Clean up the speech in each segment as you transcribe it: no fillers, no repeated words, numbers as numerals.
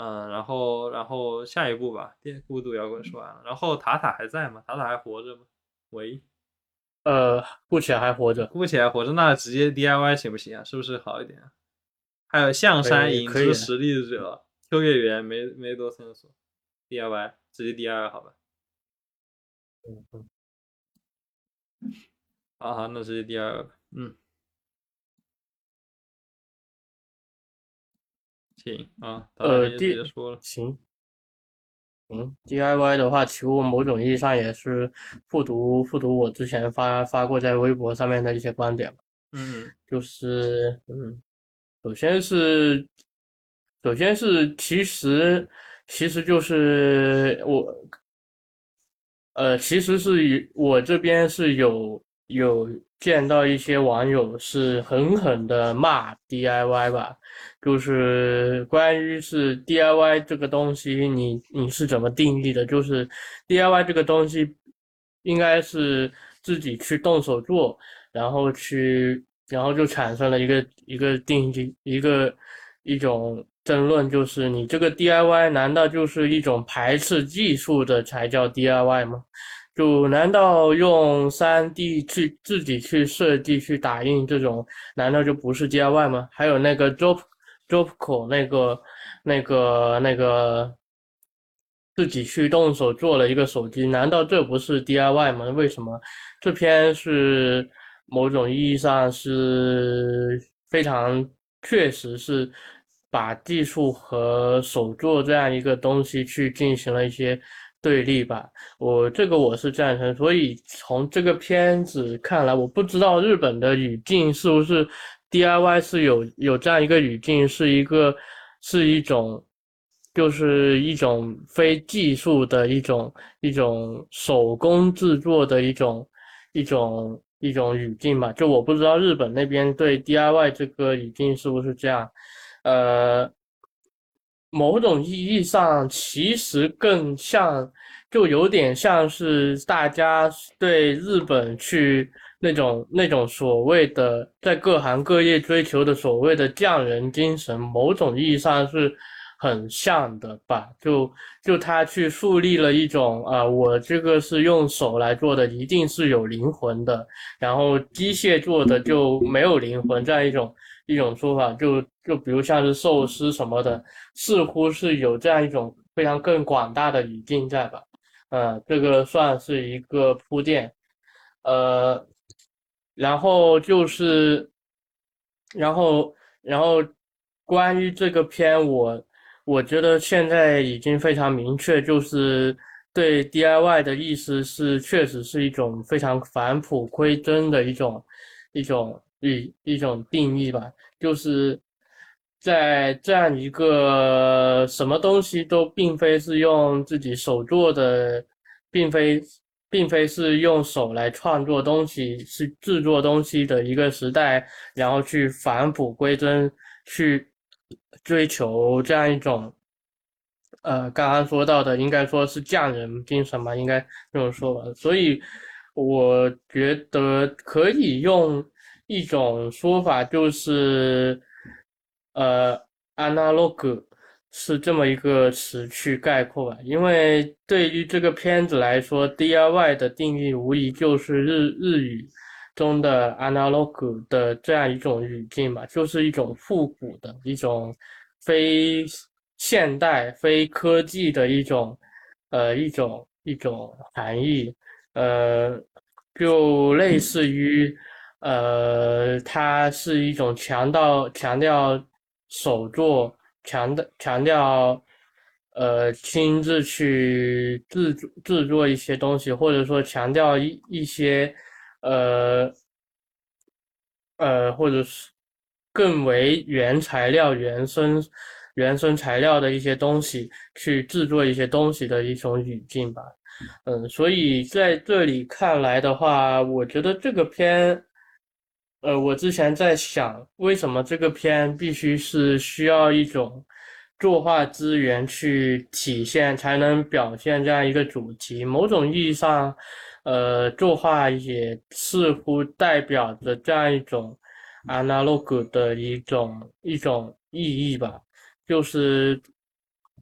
然后下一步吧，孤独摇滚说完了，然后塔塔还在吗？塔塔还活着吗？喂， 目前还活着。 姑且还活着，那直接 DIY 行不行啊？是不是好一点啊？还有象山影可以的。 之实力者、秋叶原没多探索，DIY 直接 DIY 好吧？ 嗯嗯。 好，那直接 DIY 吧。行啊，塔塔你就直接说了。 行。DIY 的话，其实我某种意义上也是复读我之前发过在微博上面的一些观点吧。 嗯就是首先是首先是其实就是其实我这边是有见到一些网友是狠狠的骂 DIY 吧。就是关于是 DIY 这个东西，你是怎么定义的？就是 DIY 这个东西应该是自己去动手做，然后就产生了一个定义，一种争论，就是你这个 DIY 难道就是一种排斥技术的才叫 DIY 吗？就难道用 3D 去自己去设计去打印这种，难道就不是 DIY 吗？还有那个 Dropco 那个自己去动手做了一个手机，难道这不是 DIY 吗？为什么这篇是某种意义上是非常确实是把技术和手作这样一个东西去进行了一些对立吧？我是赞成，所以从这个片子看来，我不知道日本的语境是不是 DIY 是有这样一个语境，是一种就是一种非技术的一种手工制作的一种语境吧。就我不知道日本那边对 DIY 这个语境是不是这样。呃，某种意义上其实更像，就有点像是大家对日本去那种所谓的在各行各业追求的所谓的匠人精神，某种意义上是很像的吧。就他去树立了一种我这个是用手来做的，一定是有灵魂的，然后机械做的就没有灵魂这样一种说法。就比如像是寿司什么的。似乎是有这样一种非常更广大的语境在吧？这个算是一个铺垫。呃，然后就是，然后然后关于这个片，我觉得现在已经非常明确，就是对 DIY 的意思是，确实是一种非常返璞归真的一种定义吧。就是在这样一个什么东西都并非是用自己手做的，并非并非是用手来创作东西，是制作东西的一个时代，然后去返璞归真，去追求这样一种刚刚说到的，应该说是匠人精神吧，应该这么说吧。所以我觉得可以用一种说法，就是呃，analog 是这么一个词去概括吧。因为对于这个片子来说，DIY 的定义无疑就是日语中的 analog 的这样一种语境吧，就是一种复古的非现代、非科技的一种含义。呃，就类似于它是一种强调手作，强调亲自去制作一些东西，或者说强调一些呃或者是更为原生材料的一些东西去制作一些东西的一种语境吧。所以在这里看来的话，我觉得这个片，我之前在想，为什么这个片必须是需要一种作画资源去体现，才能表现这样一个主题？某种意义上，作画也似乎代表着这样一种 analog 的一种意义吧。就是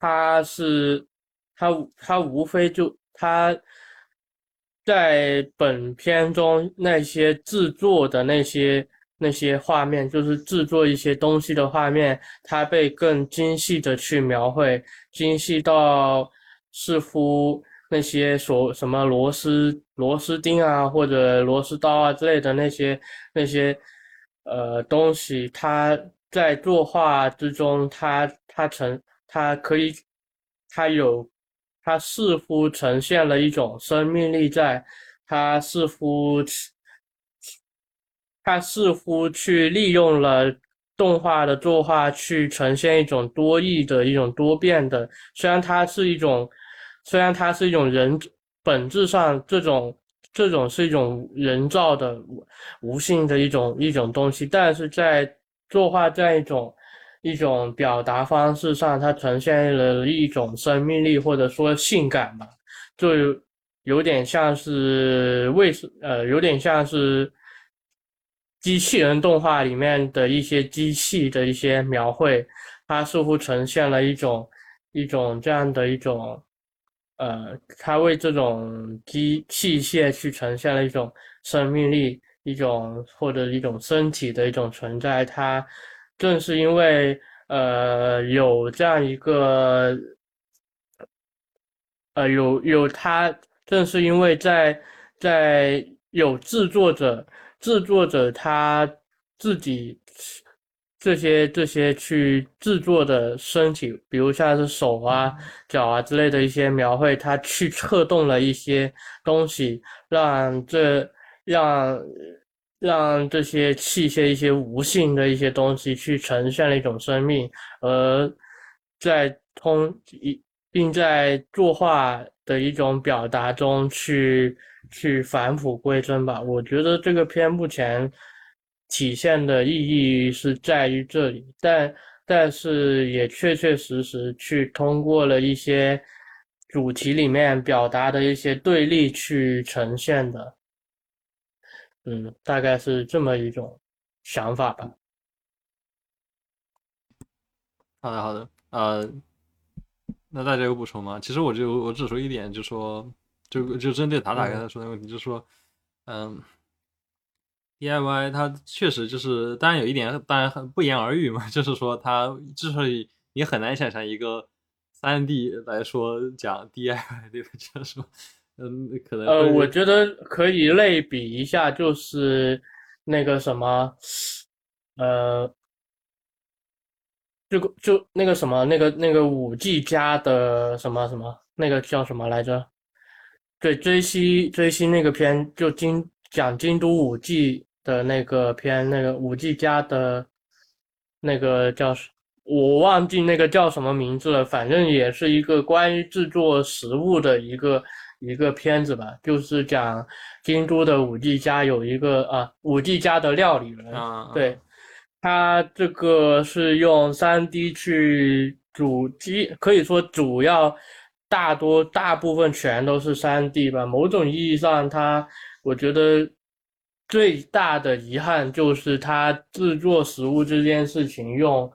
他是他无非就他在本片中那些制作的那些画面，就是制作一些东西的画面，它被更精细的去描绘，精细到似乎那些什么螺丝钉啊，或者螺丝刀啊之类的那些东西，它在作画之中，它可以，它有，它似乎呈现了一种生命力在，它似乎它似乎去利用了动画的作画去呈现一种多义的一种多变的，虽然它是一种，虽然它是一种本质上这种是一种人造的无性的一种东西，但是在作画这样一种表达方式上，它呈现了一种生命力或者说性感吧，就有点像是有点像是机器人动画里面的一些机器的一些描绘，它似乎呈现了一种这样的一种它为这种器械去呈现了一种生命力，一种或者一种身体的一种存在。它正是因为有这样一个它正是因为在有制作者他自己这些去制作的身体，比如像是手啊、脚啊之类的一些描绘，他去策动了一些东西，让这让让这些器械一些无性的一些东西去呈现了一种生命，而在并在作画的一种表达中去返璞归真吧。我觉得这个片目前体现的意义是在于这里，但是也确确实实去通过了一些主题里面表达的一些对立去呈现的，大概是这么一种想法吧。 好的好的，那大家有补充吗？其实我只说一点，就说就针对塔塔刚才说的问题，就是说，嗯，DIY 它确实就是，当然有一点，当然很不言而喻嘛，就是说它之所以你很难想象一个3D 来说讲 DIY，对吧？就是说，可能我会觉得可以类比一下，就是那个什么，呃，就那个什么，那个5G 加的什么什么，那个叫什么来着？对，追星那个片，就讲京都5G 的那个片，那个5G 加的那个我忘记那个叫什么名字了，反正也是一个关于制作食物的一个片子吧，就是讲京都的5G 家有一个5G 家的料理人，对，他这个是用3D 去可以说主要大部分全都是3D 吧。某种意义上，我觉得最大的遗憾就是他制作食物这件事情用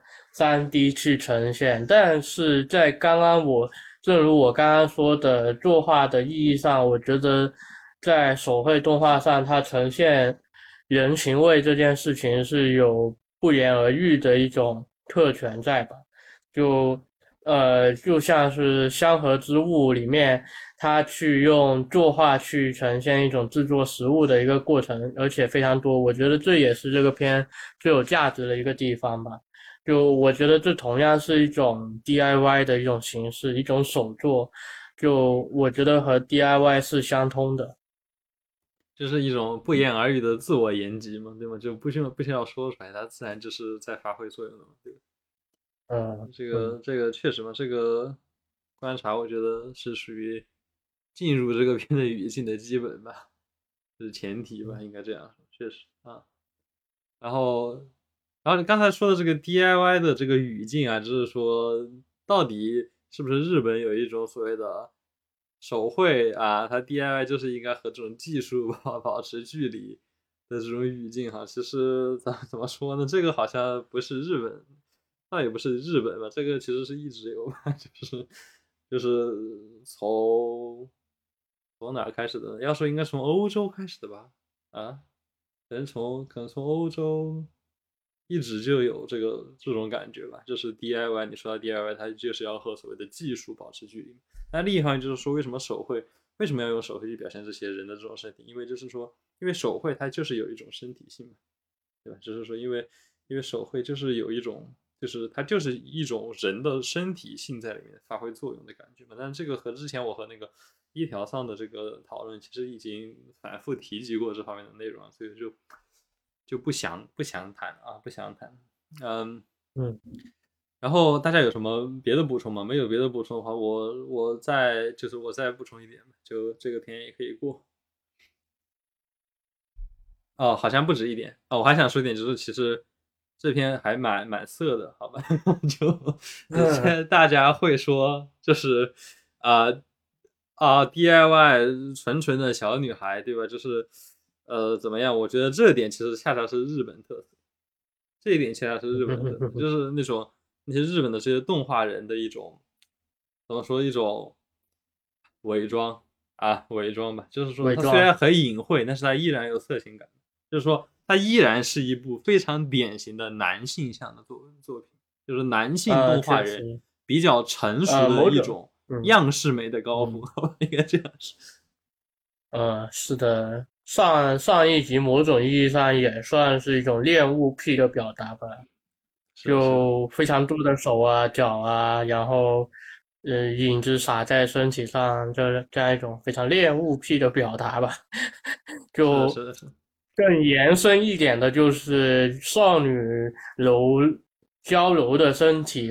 3D 去呈现，但是在正如我刚刚说的，作画的意义上，我觉得在手绘动画上，它呈现人情味这件事情是有不言而喻的一种特权在吧？就就像是香河之物里面，它去用作画去呈现一种制作食物的一个过程，而且非常多。我觉得这也是这个片最有价值的一个地方吧。就我觉得这同样是一种 DIY 的一种形式，一种手作。就我觉得和 DIY 是相通的。 就是一种不言而喻的自我言及嘛，对吗？就不需要说出来，它自然就是在发挥作用的嘛，对吧？ 嗯嗯这个确实嘛，这个观察我觉得是属于进入这个片的语境的基本吧，就是前提吧，应该这样说，确实啊。然后，然后你刚才说的这个 DIY 的这个语境啊，就是说到底是不是日本有一种所谓的手绘啊，它 DIY 就是应该和这种技术保持距离的这种语境哈。其实怎么说呢？这个好像不是日本倒也不是日本吧，这个其实是一直有吧，就是从哪儿开始的呢？要说应该从欧洲开始的吧？啊，可能从欧洲一直就有这种感觉吧，就是 DIY。你说到 DIY，它就是要和所谓的技术保持距离。那另一方面就是说，为什么要用手绘去表现这些人的这种身体？因为就是说，因为手绘它就是有一种身体性嘛，对吧？就是说，因为手绘就是有一种，就是它就是一种人的身体性在里面发挥作用的感觉嘛。但这个和之前我和那个一条上的这个讨论，其实已经反复提及过这方面的内容，所以就不详谈啊，不详谈。嗯嗯然后大家有什么别的补充吗？没有别的补充的话，我再补充一点吧，就这个片也可以过。哦，好像不止一点哦。我还想说一点，就是其实这篇还蛮色的，好吧？现嗯在大家会说，就是DIY 纯纯的小女孩，对吧？就是怎么样？我觉得这点其实恰恰是日本特色，这一点恰恰是日本特色，就是那些日本的这些动画人的一种怎么说一种伪装伪装吧，就是说它虽伪装， 然很隐晦，但是它依然有色情感。就是说，它依然是一部非常典型的男性向的作品，就是男性动画人确实， 比较成熟的某种， 一种嗯样式美的高峰， 嗯。 应该这样说。 是的，上一集某种意义上也算是一种恋物癖的表达吧， 是的，是的， 就非常多的手啊、脚啊，然后影子洒在身体上，这样一种非常恋物癖的表达吧。 是的， 就是的，是的， 更延伸一点的，就是少女柔娇柔的身体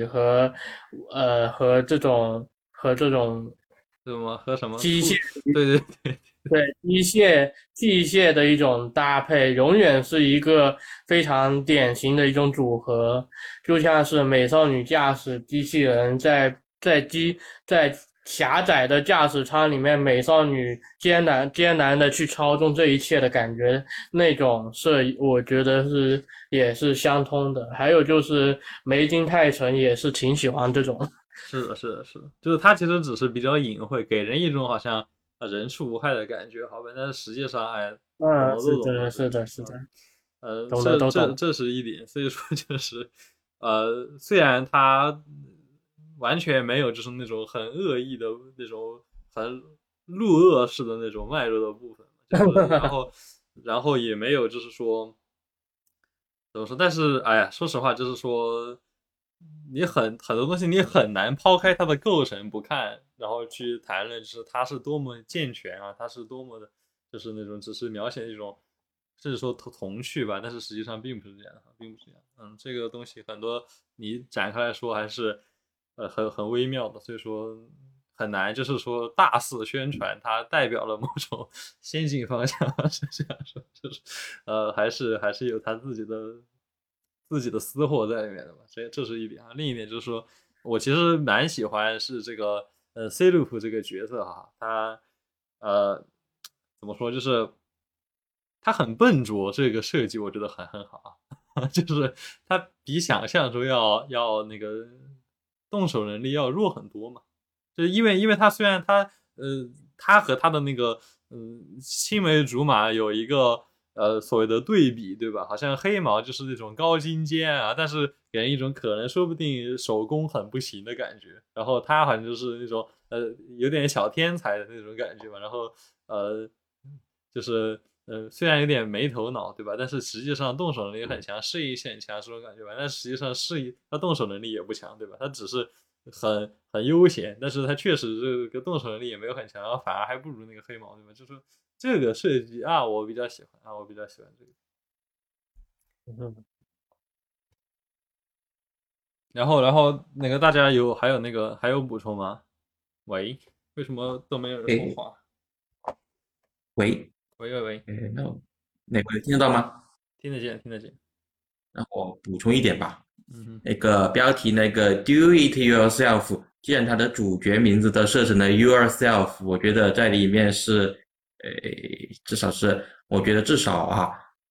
和这种什么和什么机械。 对对对， 对，机械的一种搭配，永远是一个非常典型的一种组合，就像是美少女驾驶机器人在狭窄的驾驶舱里面，美少女艰难的去操纵这一切的感觉，那种是我觉得也是相通的。还有就是梅津泰臣也是挺喜欢这种。 是的，是的，是的，就是他其实只是比较隐晦，给人一种好像人畜无害的感觉，好吧？但是实际上，哎，懂嗯， 的都懂了， 是的， 对吧？ 是的，是的，懂的这都懂。 这这是一点，所以说就是，虽然他完全没有就是那种很恶意的那种很入恶式的那种脉络的部分，就是然后也没有就是说怎么说，但是哎呀，说实话，就是说你很多东西你很难抛开它的构成不看，然后去谈论就是它是多么健全啊，它是多么的，就是那种只是描写一种，甚至说童趣吧，但是实际上并不是这样，并不是这样。这个东西很多你展开来说还是很微妙的，所以说很难就是说大肆宣传它代表了某种先进方向，是这样说，就是还是有他自己的私货在里面的嘛，这是一点啊。另一点就是说，我其实蛮喜欢是这个C 路普这个角色哈，他呃怎么说，就是他很笨拙，这个设计我觉得很好啊，就是他比想象中要那个动手能力要弱很多嘛。就是因为他虽然他和他的那个青梅竹马有一个所谓的对比，对吧？好像黑毛就是那种高精尖啊，但是给人一种可能说不定手工很不行的感觉。然后他好像就是那种有点小天才的那种感觉吧。然后就是虽然有点没头脑，对吧？但是实际上动手能力很强，适应性很强，这种感觉吧。但实际上他动手能力也不强，对吧？他只是很悠闲，但是他确实这个动手能力也没有很强，然后反而还不如那个黑毛，对吧？就说这个设计啊，我比较喜欢啊，我比较喜欢这个。 嗯然后那个大家还有补充吗？喂，为什么都没有人说诶， 话？ 喂， 喂喂喂， 那个听得到吗？ 听得见听得见。 那我补充一点吧。 嗯哼， 那个标题那个 Do it yourself，既然它的主角名字都设成了 yourself，我觉得在里面是，至少是我觉得至少啊，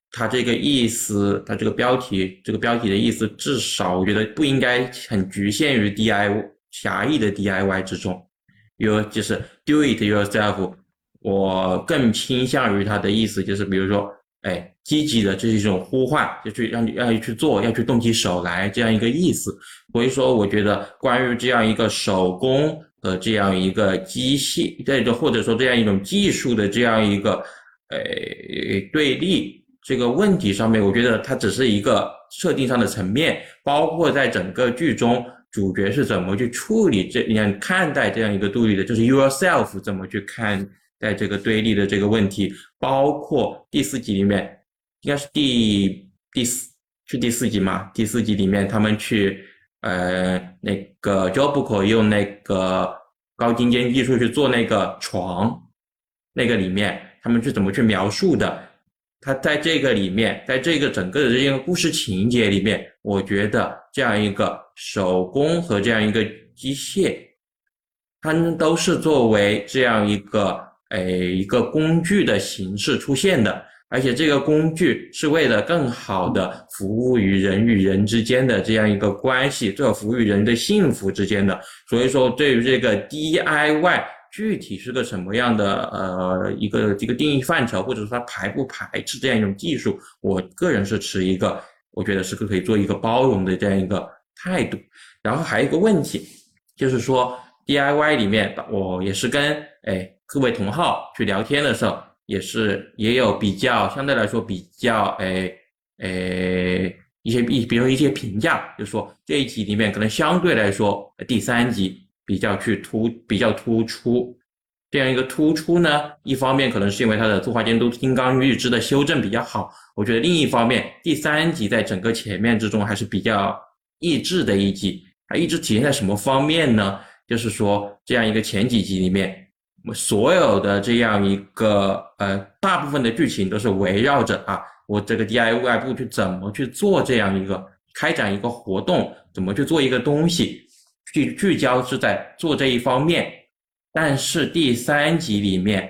它这个意思，它这个标题的意思，至少我觉得不应该很局限于 狭义的 DIY 之中，就是 do it yourself，我更倾向于它的意思就是，比如说，积极的这是一种呼唤，就去让你要去做，要去动起手来这样一个意思。所以说，我觉得关于这样一个手工和这样一个机械，或者说这样一种技术的这样一个对立这个问题上面，我觉得它只是一个设定上的层面，包括在整个剧中主角是怎么去处理这样看待这样一个对立的，就是 yourself 怎么去看待这个对立的这个问题，包括第4集里面，应该是第四集嘛？第4集里面他们去那个 Jobuko 用那个高精尖技术去做那个床，那个里面他们是怎么去描述的？他在这个里面，在这个整个的这个故事情节里面，我觉得这样一个手工和这样一个机械，它们都是作为这样一个工具的形式出现的，而且这个工具是为了更好的服务于人与人之间的这样一个关系，最后服务于人的幸福之间的。所以说，对于这个 DIY 具体是个什么样的一个定义范畴，或者说它排不排斥这样一种技术，我个人是持一个我觉得是可以做一个包容的这样一个态度。然后还有一个问题，就是说 DIY 里面，我也是跟各位同好去聊天的时候，也有比较相对来说比较比如一些评价，就是说这一集里面可能相对来说第3集比较突出。这样一个突出呢，一方面可能是因为它的作画监督金刚玉之的修正比较好，我觉得另一方面第3集在整个前面之中还是比较抑制的一集。它一直体现在什么方面呢？就是说这样一个前几集里面，所有的这样一个大部分的剧情都是围绕着我这个 DIY 部去怎么去做这样一个开展一个活动，怎么去做一个东西，聚焦是在做这一方面。但是第3集里面，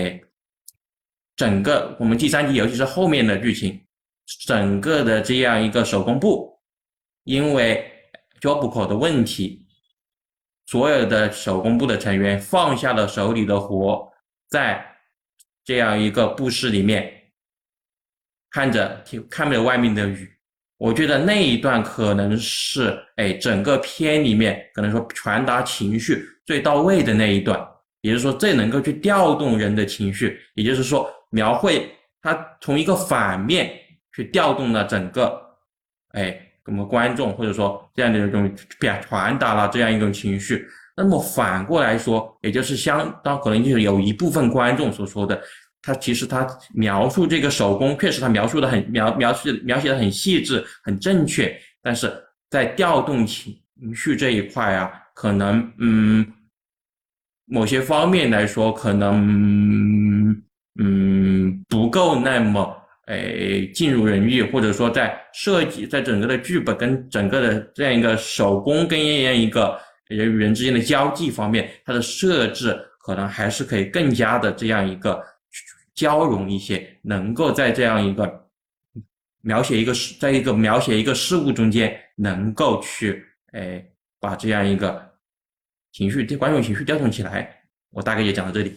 整个我们第3集尤其是后面的剧情，整个的这样一个手工部，因为 Jobuko 的问题，所有的手工部的成员放下了手里的活，在这样一个布室里面看着外面的雨。我觉得那一段可能是整个片里面可能说传达情绪最到位的那一段，也就是说最能够去调动人的情绪，也就是说描绘它从一个反面去调动了整个我们观众或者说这样的一种传达了这样一种情绪。那么反过来说，也就是可能就是有一部分观众所说的，其实他描述这个手工，确实他描写的很细致、很正确，但是在调动情绪这一块可能某些方面来说，可能不够那么尽如人意，或者说在设计在整个的剧本跟整个的这样一个手工跟这样一个人与人之间的交际方面，它的设置可能还是可以更加的这样一个交融一些，能够在这样一个描写一个事物中间，能够去把这样一个观众情绪调动起来。我大概也讲到这里。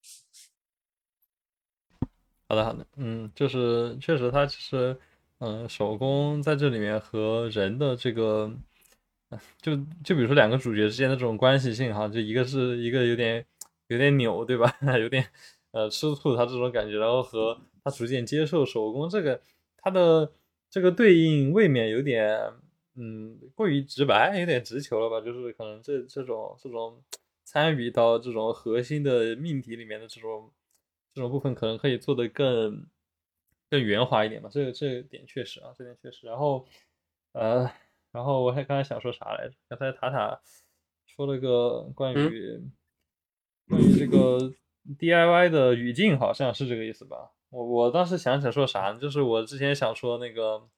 好的，就是确实它其实手工在这里面和人的这个就比如说两个主角之间的这种关系性就一个是一个有点扭，对吧？有点吃醋他这种感觉，然后和他逐渐接受手工这个他的这个对应未免有点过于直白，有点直球了吧？就是可能这种参与到这种核心的命题里面的这种部分，可能可以做得更圆滑一点吧。这点确实这点确实。然后我还刚才想说啥来着？刚才塔塔说了个关于这个 DIY 的语境，好像是这个意思吧？我当时想说啥呢？就是我之前想说那个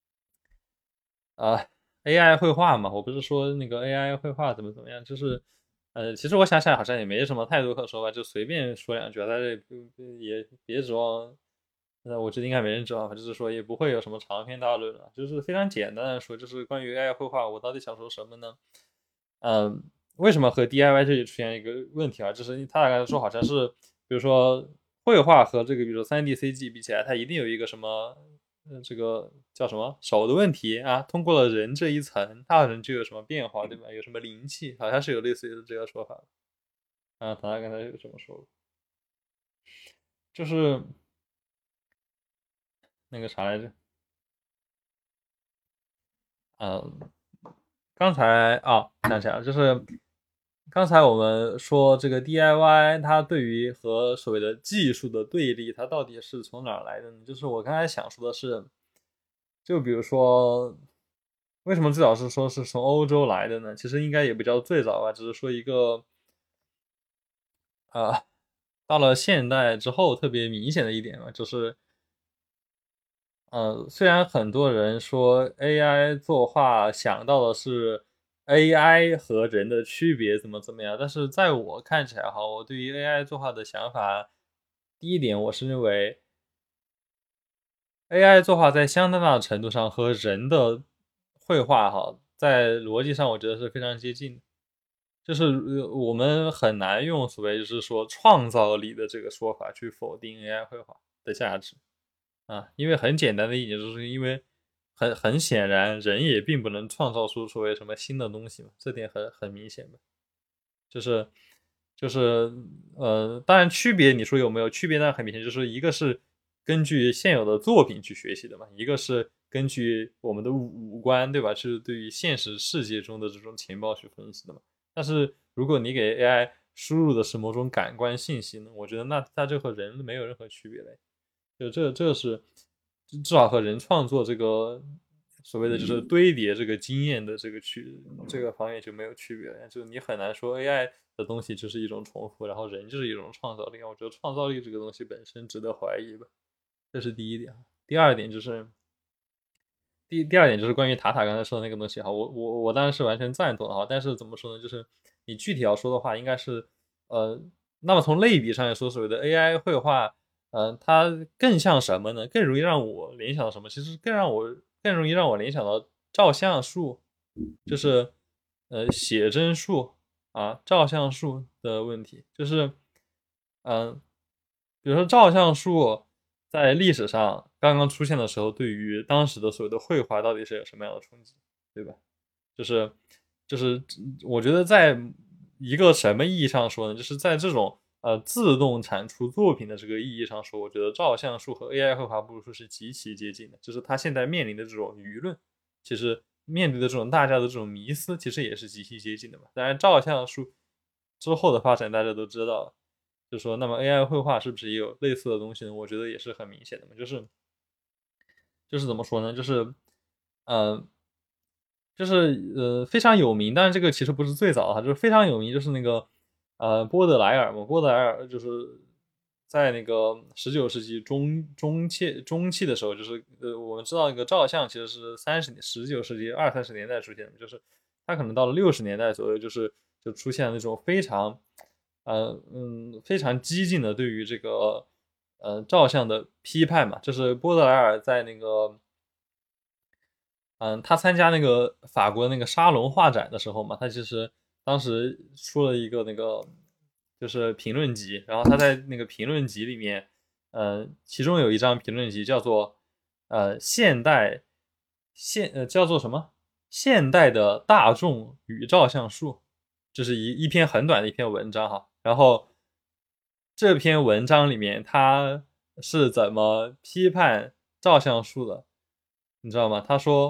AI 绘画嘛，我不是说那个 AI 绘画怎么样，就是其实我想想好像也没什么太多可说吧，就随便说两句，大家也别指望我觉得应该没人知道吧，就是说也不会有什么长篇大论了，就是非常简单的说，就是关于 AI 绘画，我到底想说什么呢？为什么和 DIY 这里出现一个问题啊？就是他大概说好像是，比如说绘画和这个，比如说 3D CG 比起来，它一定有一个什么，这个叫什么手的问题啊？通过了人这一层，大人就有什么变化，对吧？有什么灵气，好像是有类似于这个说法的啊。他刚才有这么说，就是那个啥来着？刚才想起来了，就是刚才我们说这个 DIY 它对于和所谓的技术的对立，它到底是从哪儿来的呢？就是我刚才想说的是，就比如说为什么最早是说是从欧洲来的呢？其实应该也不叫最早吧，只是说一个到了现代之后特别明显的一点嘛，就是虽然很多人说 AI 作画想到的是 AI 和人的区别怎么样，但是在我看起来哈，我对于 AI 作画的想法，第一点我是认为 AI 作画在相当大的程度上和人的绘画哈，在逻辑上我觉得是非常接近的，就是我们很难用所谓就是说创造力的这个说法去否定 AI 绘画的价值。因为很简单的一点，就是因为很显然，人也并不能创造出所谓什么新的东西嘛，这点很明显的，就是就是当然区别你说有没有区别呢？很明显，就是一个是根据现有的作品去学习的嘛，一个是根据我们的五官，对吧？是对于现实世界中的这种情报去分析的嘛。但是如果你给 AI 输入的是某种感官信息呢，我觉得那它就和人没有任何区别了。就这是至少和人创作这个所谓的就是堆叠这个经验的这个方面就没有区别了。就你很难说 AI 的东西就是一种重复，然后人就是一种创造力。我觉得创造力这个东西本身值得怀疑吧，这是第一点。第二点就是第二点就是关于塔塔刚才说的那个东西哈，我当然是完全赞同的哈，但是怎么说呢？就是你具体要说的话，应该是那么从类比上来说，所谓的 AI 绘画。它更像什么呢？更容易让我联想到什么？其实更容易让我联想到照相术，就是写真术照相术的问题。就是比如说照相术在历史上刚刚出现的时候，对于当时的所谓的绘画到底是有什么样的冲击，对吧？就是我觉得在一个什么意义上说呢？就是在这种自动产出作品的这个意义上说，我觉得照相术和 AI 绘画不如说是极其接近的。就是它现在面临的这种舆论，其实面对的这种大家的这种迷思，其实也是极其接近的嘛。当然，照相术之后的发展大家都知道了，就说那么 AI 绘画是不是也有类似的东西呢？我觉得也是很明显的嘛。就是怎么说呢？呃非常有名，但是这个其实不是最早的，就是非常有名，就是那个波德莱尔嘛，波德莱尔就是在那个19世纪中期的时候，就是我们知道那个照相其实是19世纪20、30年代出现的，就是他可能到了60年代左右，就出现了那种非常激进的对于这个照相的批判嘛，就是波德莱尔在那个他参加那个法国那个沙龙画展的时候嘛，他其实当时出了一个那个就是评论集，然后他在那个评论集里面，其中有一张评论集叫做叫做什么？现代的大众与照相术，这是一篇很短的一篇文章哈。然后这篇文章里面他是怎么批判照相术的？你知道吗？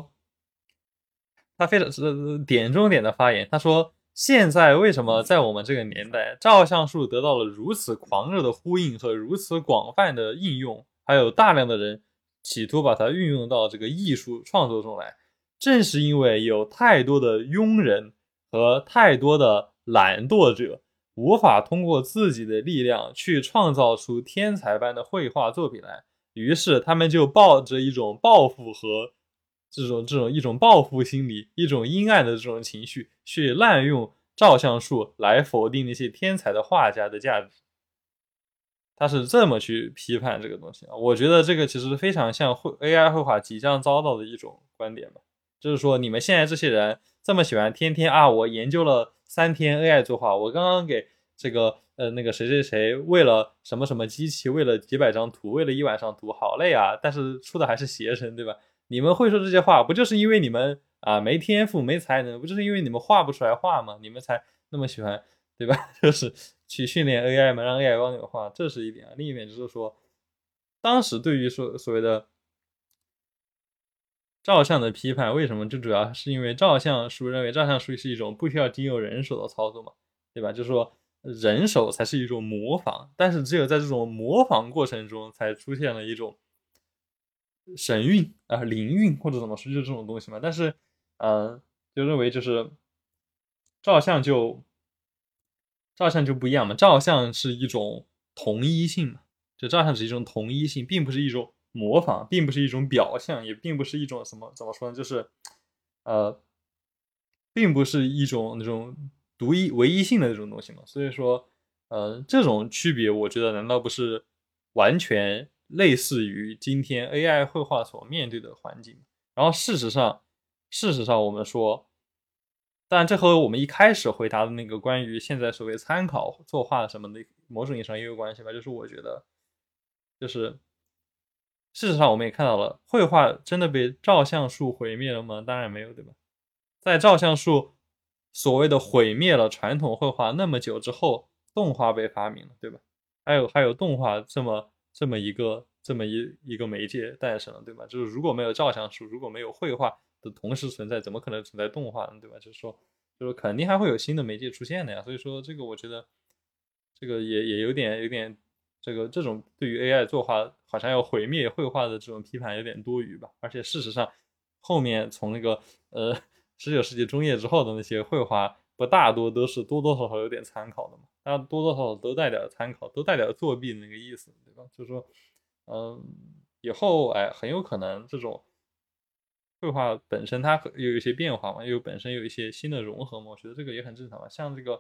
他非常点中点的发言，他说：现在为什么在我们这个年代，照相术得到了如此狂热的呼应和如此广泛的应用，还有大量的人企图把它运用到这个艺术创作中来，正是因为有太多的庸人和太多的懒惰者，无法通过自己的力量去创造出天才般的绘画作品来，于是他们就抱着一种报复和一种报复心理，一种阴暗的这种情绪，去滥用照相术来否定那些天才的画家的价值。 他是这么去批判这个东西啊。我觉得这个其实非常像AI 绘画即将遭到的一种观点吧，就是说你们现在这些人这么喜欢天天我研究了3天 AI 作画，我刚刚给这个那个谁谁谁为了什么什么机器，为了几百张图，为了1晚上图，好累啊，但是出的还是邪神，对吧？你们会说这些话，不就是因为你们没天赋没才能，不就是因为你们画不出来画吗？你们才那么喜欢，对吧？就是去训练 AI 嘛，让 AI 帮你们画，这是一点。另一点就是说，当时对于所谓的照相的批判，为什么？最主要是因为照相书认为照相术是一种不需要经由人手的操作嘛，对吧？就是说人手才是一种模仿，但是只有在这种模仿过程中才出现了一种神韵灵韵或者怎么说，就是这种东西嘛。但是就认为就是照相就不一样嘛，照相是一种同一性嘛，就照相是一种同一性，并不是一种模仿，并不是一种表象，也并不是一种怎么说呢，就是并不是一种那种唯一性的这种东西嘛。所以说这种区别我觉得难道不是完全类似于今天 AI 绘画所面对的环境？然后事实上我们说，当然这和我们一开始回答的那个关于现在所谓参考作画什么的某种意义上也有关系吧。就是我觉得就是事实上我们也看到了，绘画真的被照相术毁灭了吗？当然没有，对吧？在照相术所谓的毁灭了传统绘画那么久之后，动画被发明了，对吧？还有动画这么一个媒介诞生了，对吧？就是如果没有照相术，如果没有绘画的同时存在，怎么可能存在动画呢？对吧？就是说肯定还会有新的媒介出现的呀。所以说这个我觉得这个也有点这种对于 AI 作画好像要毁灭绘画的这种批判有点多余吧。而且事实上后面从那个19世纪中叶之后的那些绘画不大多都是多多少少有点参考的嘛，大家多多少少都带点参考，都带点作弊的那个意思，对吧？就是说以后很有可能这种绘画本身它有一些变化嘛，本身有一些新的融合嘛，我觉得这个也很正常嘛。像这个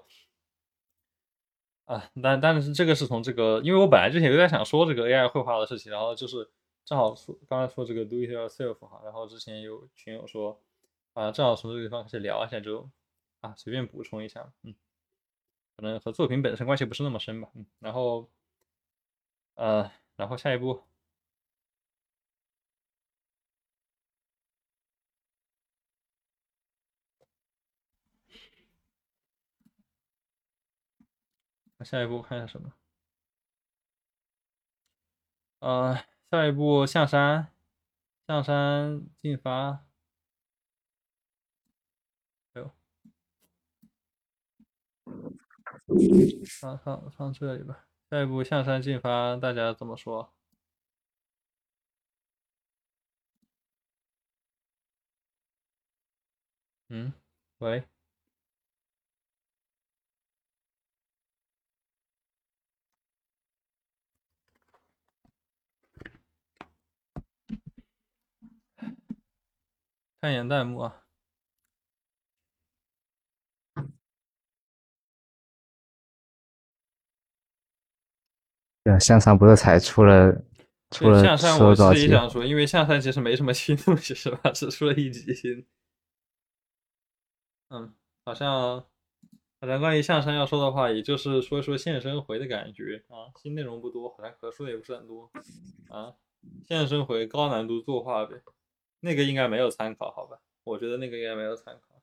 但是这个是从这个，因为我本来之前有点想说这个 AI 绘画的事情，然后就是正好刚才说这个 do it yourself 哈，然后之前有群友说正好从这个地方开始聊一下，就随便补充一下，可能和作品本身关系不是那么深吧，然后下一步看一下什么？下一步象山进发，哎呦，放这里吧。下一步象山进发，大家怎么说？喂。看一眼弹幕啊。 对，象山不是才出了象山我多少集？ 是也想说，因为象山其实没什么新东西是吧？只出了1集新。好像关于象山要说的话，也就是说现身回的感觉新内容不多，好像可说的也不是很多现身回高难度作画呗，那个应该没有参考，好吧？我觉得那个应该没有参考。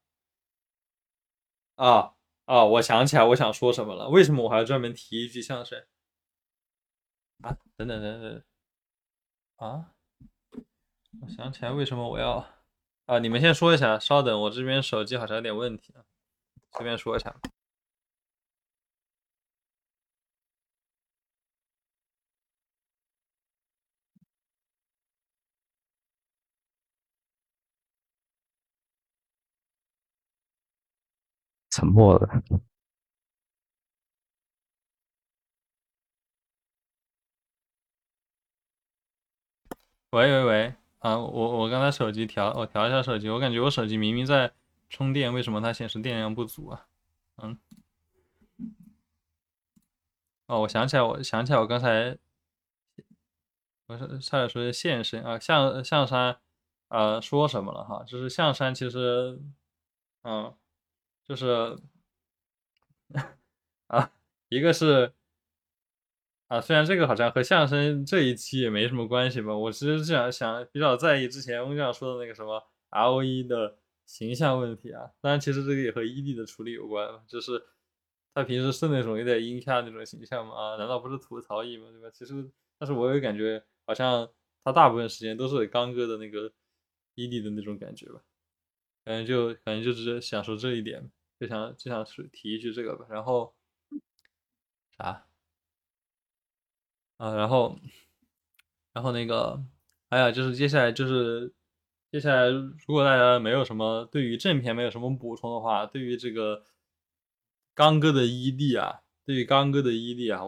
我想起来我想说什么了，为什么我还要专门提一句象山？等等我想起来为什么我要你们先说一下，稍等，我这边手机好像有点问题随便说一下。 沉默了。 喂我刚才手机我调一下手机，我感觉我手机明明在充电，为什么它显示电量不足哦，我想起来我刚才我是差点说现身啊，象山说什么了哈？就是象山其实就是啊，一个是虽然这个好像和相声这一期也没什么关系吧，我其实是想比较在意之前翁酱说的那个什么 ROE 的形象问题啊，当然其实这个也和 ED 的处理有关嘛，就是他平时是那种有点阴下那种形象嘛，难道不是吐槽意吗？对吧？其实，但是我有感觉好像他大部分时间都是刚哥的那个 ED 的那种感觉吧，可能就是想说这一点，就想提一句这个吧，然后啥？然后那个，还有就是接下来，如果大家没有什么对于正片没有什么补充的话，对于这个刚哥的 ED 啊，对于刚哥的 ED 啊，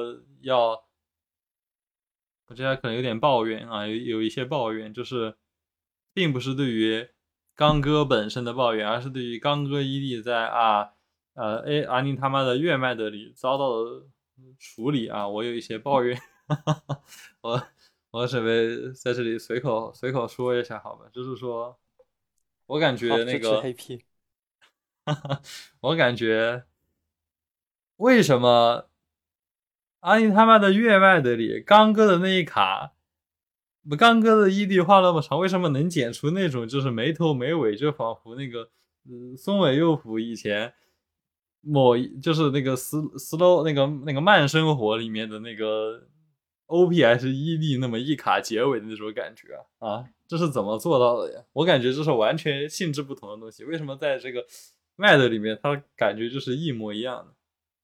我这可能有点抱怨啊，有一些抱怨，就是并不是对于刚哥本身的抱怨，而是对于刚哥 ED 在阿尼他妈的月麦德里遭到的处理啊，我有一些抱怨，我我准备在这里随口说一下，好吧？就是说我感好， 觉那支持个， 黑 P。 我感觉为什么阿尼他妈的月麦德里刚哥的那一卡？刚哥的 ED 画那么长，为什么能剪出那种就是没头没尾，就仿佛那个松尾佑辅以前就是那个slow 那个慢生活里面的那个 OPS ED 那么一卡结尾的那种感觉这是怎么做到的呀？我感觉这是完全性质不同的东西，为什么在这个 MAD 里面它感觉就是一模一样的？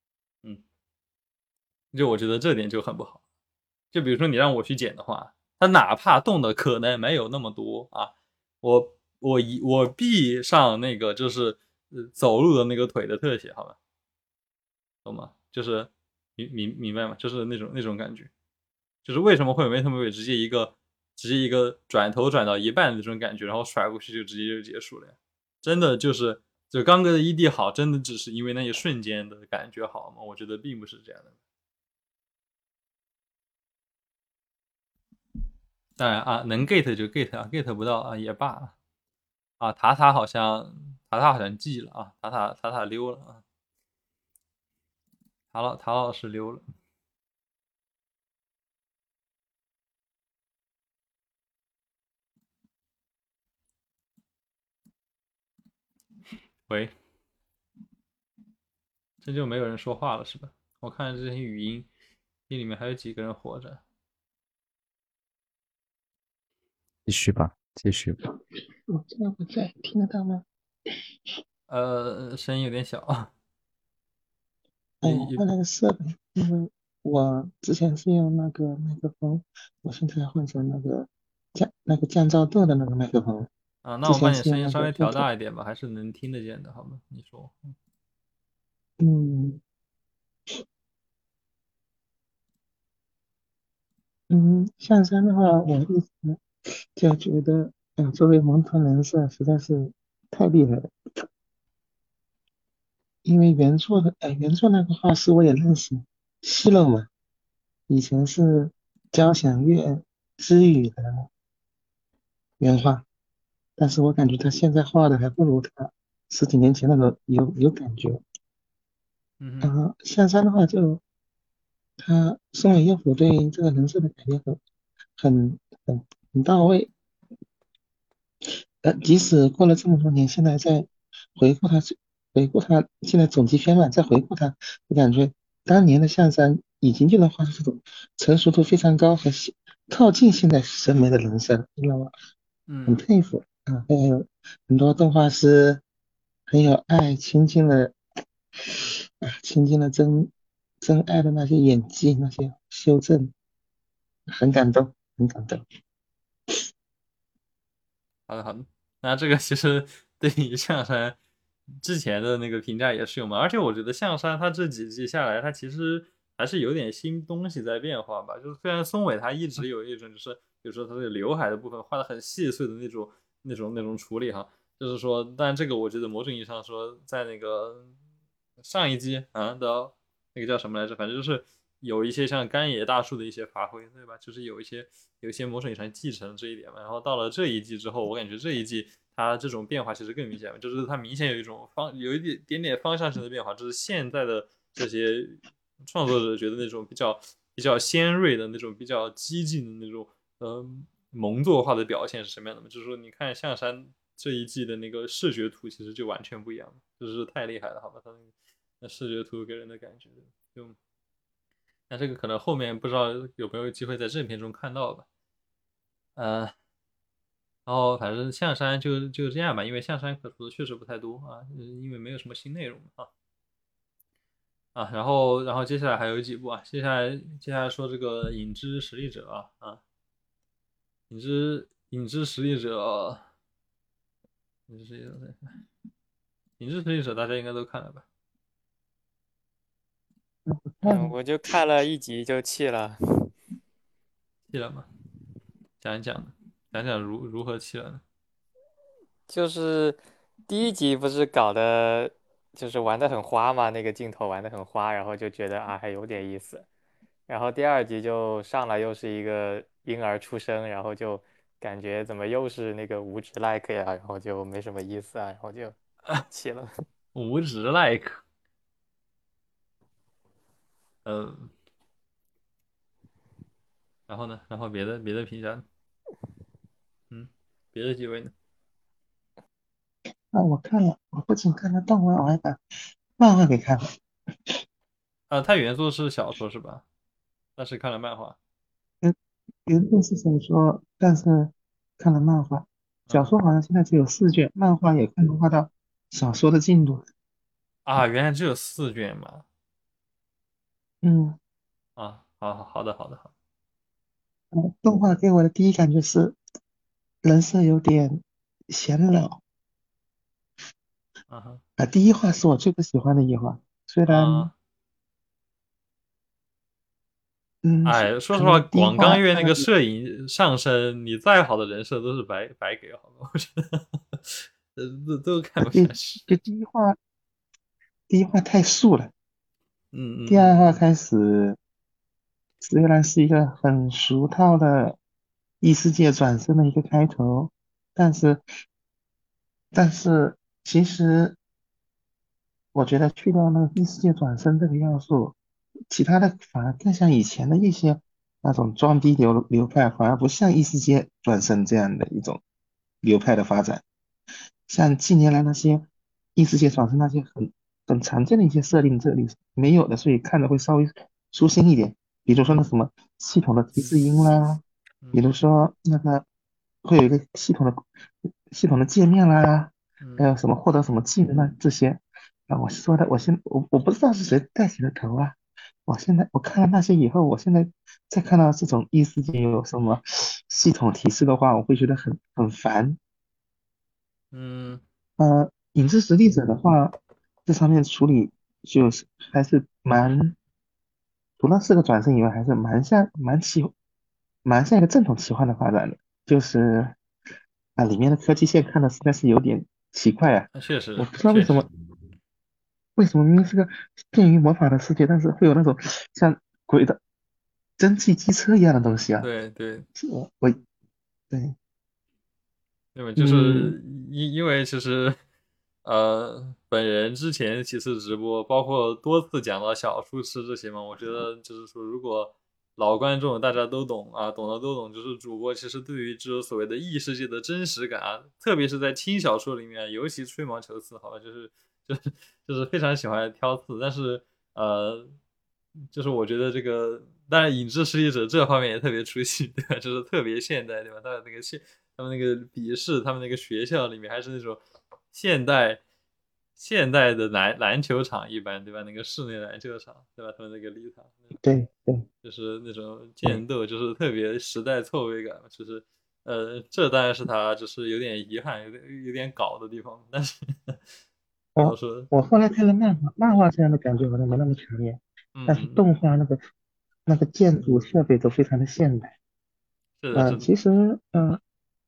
就我觉得这点就很不好。就比如说你让我去剪的话，它哪怕动的可能没有那么多我闭上那个就是走路的那个腿的特写，好吧，懂吗？就是明白吗？就是那种感觉，就是为什么会有没头没尾，直接一个转头转到一半的那种感觉，然后甩过去就直接就结束了呀？真的就刚哥的 ED 好，真的只是因为那一瞬间的感觉好吗？我觉得并不是这样的。当然能 get 就 get 不到也罢塔塔好像记了塔塔溜了塔老师溜了。喂，这就没有人说话了是吧？我看这些语音里面还有几个人活着。 继续吧，继续吧。 我这不在，听得到吗？ 声音有点小哎，我换了个设备，因为我之前是用那个麦克风，我现在换成那个降噪豆的那个麦克风。 那我把你声音稍微调大大一点吧，还是能听得见的，好吗？你说。 象山的话，我一直就觉得，作为萌团人设实在是太厉害了。因为原作那个画师我也认识，西勒嘛，以前是交响乐之语的原画，但是我感觉他现在画的还不如他十几年前那个有感觉。象山的话他松尾佑辅对这个人设的改编很到位。即使过了这么多年，现在再回顾他，现在总集篇嘛，再回顾他，我感觉当年的象山已经就能画出这种成熟度非常高和靠近现代审美的人设，知道吗？很佩服还有很多动画师很有爱，倾尽了真爱的那些演技，那些修正，很感动，很感动。 好的，那这个其实对于象山之前的那个评价也是有嘛，而且我觉得象山他这几季下来，他其实还是有点新东西在变化吧。就是虽然松尾他一直有一种就是，比如说他这个刘海的部分画的很细碎的那种处理哈，就是说，但这个我觉得某种意义上说，在那个上一季的那个叫什么来着，反正就是有一些像干野大树的一些发挥，对吧？就是有一些某种意义上继承这一点嘛。然后到了这一季之后，我感觉这一季它这种变化其实更明显，就是它明显有有一点点方向性的变化，就是现在的这些创作者觉得那种比较尖锐的那种比较激进的那种蒙作化的表现是什么样的吗？就是说你看象山这一季的那个视觉图其实就完全不一样，就是太厉害了，好吧？它那视觉图给人的感觉就。那这个可能后面不知道有没有机会在正片中看到吧。呃，然后反正象山就这样吧，因为象山可出的确实不太多啊，因为没有什么新内容啊。然后接下来还有几部啊，接下来说这个影之实力者啊，影之实力者，影之实力者，影之实力者大家应该都看了吧？ 嗯， 看我就看了一集就弃了。 弃了吗？讲一讲，讲讲如何弃了呢？ 就是第一集不是搞的，就是玩的很花嘛，那个镜头玩的很花，然后就觉得啊还有点意思。然后第二集就上来又是一个婴儿出生，然后就感觉怎么又是那个无职 like 呀，然后就没什么意思啊，然后就弃了。 无职 like，嗯，然后呢？然后别的评价呢？嗯，别的几位呢？ 啊，我看了，我不仅看了动画，我还把漫画给看了。 它原作是小说是吧？但是看了漫画。 原原作是小说，但是看了漫画。小嗯说好像现在只有4卷，漫画也快能画到小说的进度。 原来只有4卷嘛。 嗯， 好的。 动画给我的第一感觉是人设有点显老啊哈啊。第一话是我最不喜欢的一话，虽然啊， 是哎，说实话， 可能第一广冈月那话个摄影上身，你再好的人设都是白给，好吧？我觉得，都看不下对， 去。 就第一话太素了，第二话嗯嗯开始虽然是一个很俗套的异世界转生的一个开头，但是其实我觉得去掉那个异世界转生这个要素，其他的反而更像以前的一些那种装逼流派，反而不像异世界转生这样的一种流派的发展。像近年来那些异世界转生那些很常见的一些设定，这里没有的，所以看着会稍微舒心一点。比如说那什么系统的提示音啦，比嗯如说那个会有一个系统的界面啦，还嗯有什么获得什么技能啊这些啊，我说的，我不知道是谁带起的头啊。我看了那些以后，我现在再看到这种异世界有什么系统提示的话，我会觉得很烦。影视实力者的话，这方面处理就是还是除了是个转身以外，还是蛮像一个正统奇幻的发展的。就是里面的科技线看的实在是有点奇怪啊。 那确实我不知道为确实。 什么，明明是个便于魔法的世界，但是会有那种像鬼的蒸汽机车一样的东西啊。 对对， 我对， 因为就嗯， 是因为其实，本人之前几次直播，包括多次讲到小厨师这些嘛，我觉得就是说，如果老观众大家都懂啊，懂的都懂，就是主播其实对于这种所谓的异世界的真实感啊，特别是在轻小说里面，尤其吹毛求疵，好吧，就是就是非常喜欢挑刺，但是呃，就是我觉得这个，当然影之实力者这方面也特别出戏，对吧？就是特别现代，对吧？他们那个笔试，他们那个学校里面还是那种现代现代的篮球场一般，对吧？那个室内篮球场，对吧？他们那个礼堂， 对对就是那种对。 剑斗，就是特别时代错位感，就是这当然是他就是有点遗憾，有点搞的地方，但是怎么我说？ 我后来看了漫画，漫画这样的感觉好像没那么强烈，但是嗯嗯， 动画那个建筑设备都非常的现代。 是的，是的， 其实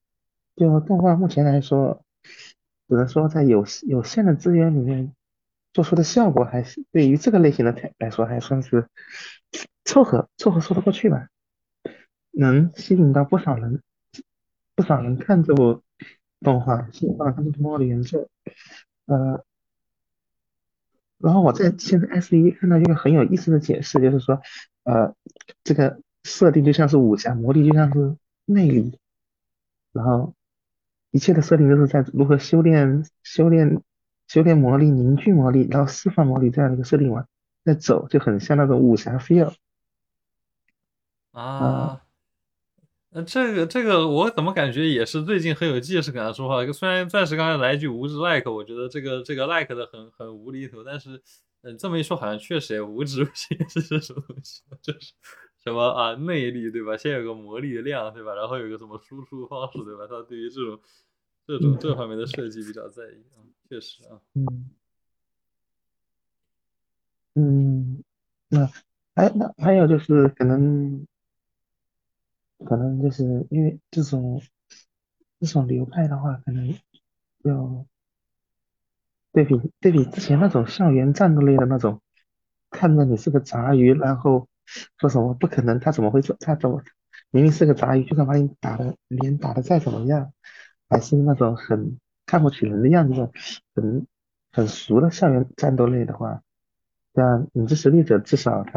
就动画目前来说，只能说在有限的资源里面做出的效果还是对于这个类型的来说还算是凑合说得过去吧，能吸引到不少人看这部动画，吸引到他们动画的原作。呃，然后我在现在 S1看到一个很有意思的解释，就是说，呃，这个设定就像是武侠，魔力就像是魅力，然后一切的设定都是在如何修炼魔力、凝聚魔力，然后释放魔力这样的一个设定完在走，就很像那种武侠 feel 啊。 啊。这个我怎么感觉也是最近很有既视感的说话。虽然钻石刚才来一句无知 like，我觉得这个 like 的很无厘头，但是这么一说好像确实也无知不是也是这种东西，就是什么啊魅力对吧？先有个魔力量对吧？然后有个什么输出方式对吧？他对于这嗯方面的设计比较在意啊，确实啊。 嗯嗯，那还有就是可能就是因为这种流派的话，可能要对比之前那种校园战斗类的那种，看着你是个杂鱼，然后说什么不可能，他怎么会做？他怎么明明是个杂鱼，就算把你脸打的再怎么样，还是那种很看不起人的样子的，很很俗的校园战斗类的话，像《影之实力者》至少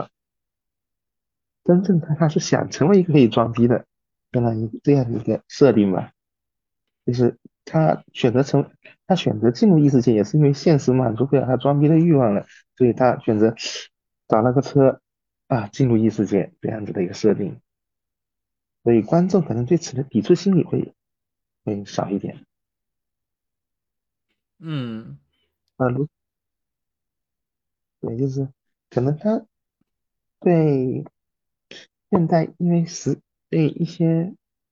真正他是想成为一个可以装逼的这样一个设定吧。就是他选择进入异世界，也是因为现实满足不了他装逼的欲望了，所以他选择找了个车啊进入异世界这样子的一个设定，所以观众可能对此的抵触心理会少一点。 嗯。 如对，就是可能他对现在因为对一些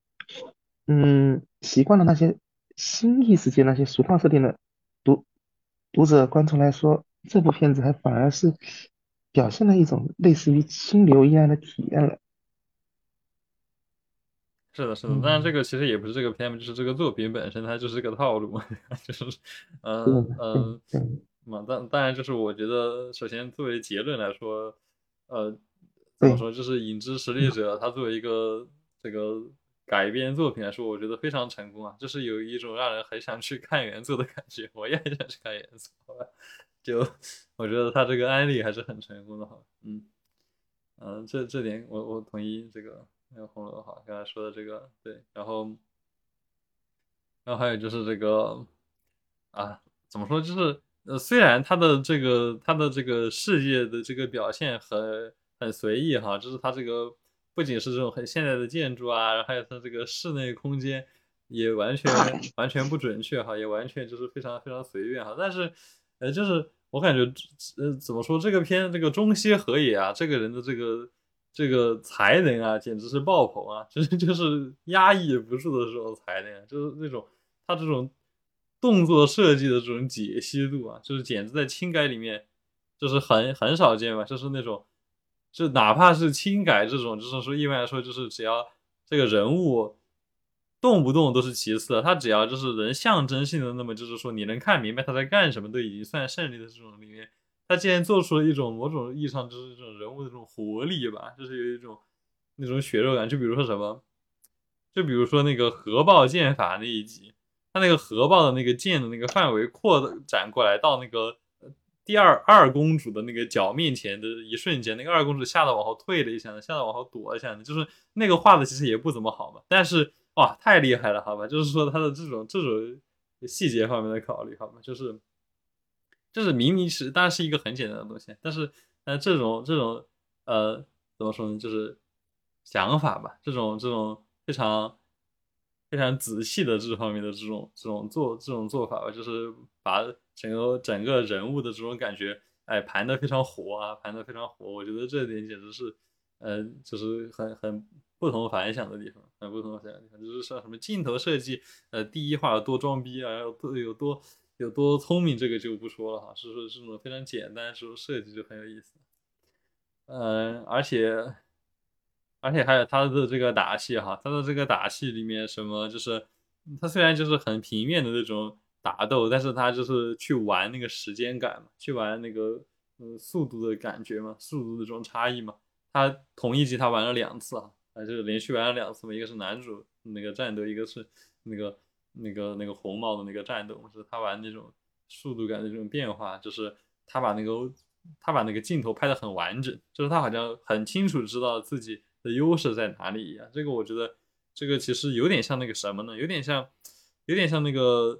习惯了那些新异世界那些俗套设定的读观众来说，这部片子还反而是表现了一种类似于清流一样的体验了。 是的，是的，当然这嗯， 个其实也不是这个片子，就是这个作品本身它就是个套路嘛，就是， 对嗯对嗯对， 嘛，当然就是我觉得，首先作为结论来说，怎么对， 说，就是《影之实力嗯者》它作为一个这个改编作品来说，我觉得非常成功啊，就是有一种让人很想去看原作的感觉，我也很想去看原作，好吧，就我觉得他这个安利还是很成功的哈，这点我同意这个那个红楼哈刚才说的这个对，然后还有就是这个啊，怎么说就是虽然他的这个世界的这个表现很随意哈，就是他这个不仅是这种很现代的建筑啊，然后还有他这个室内空间也完全不准确哈，也完全就是非常非常随便哈，但是就是我感觉怎么说这个片这个中西合也啊，这个人的这个才能啊，简直是爆棚啊！就是压抑不住的这种才能啊，就是那种他这种动作设计的这种解析度啊，就是简直在轻改里面就是很少见吧，就是那种就哪怕是轻改这种，就是说一般来说就是只要这个人物动不动都是其次的，他只要就是能象征性的，那么就是说你能看明白他在干什么，都已经算胜利的这种里面。他竟然做出了一种某种意义上就是这种人物的这种活力吧，就是有一种那种血肉感。就比如说什么，就比如说那个核爆剑法那一集，他那个核爆的那个剑的那个范围扩展过来到那个第二公主的那个脚面前的一瞬间，那个二公主吓得往后退了一下，吓得往后躲了一下，就是那个画的其实也不怎么好嘛，但是哇太厉害了，好吧，就是说他的这种细节方面的考虑，好吧，就是明明是当然是一个很简单的东西，但是这种呃怎么说呢，就是想法吧，这种非常非常仔细的这方面的这种做法吧，就是把整个人物的这种感觉，哎盘的非常活啊，盘的非常活，我觉得这点简直是就是很不同凡响的地方，很不同凡响的地方，就是像什么镜头设计，第一话有多装逼啊，有多聪明，这个就不说了哈，是说这种非常简单，这种设计就很有意思。而且还有他的这个打戏哈，他的这个打戏里面什么就是他虽然就是很平面的那种打斗，但是他就是去玩那个时间感嘛，去玩那个速度的感觉嘛，速度的这种差异嘛。他同一集他玩了2次啊，就是连续玩了2次嘛，一个是男主那个战斗，一个是那个红帽的那个战斗，就是他玩那种速度感的这种变化，就是他把那个镜头拍得很完整，就是他好像很清楚知道自己的优势在哪里一样。这个我觉得这个其实有点像那个什么呢？有点像那个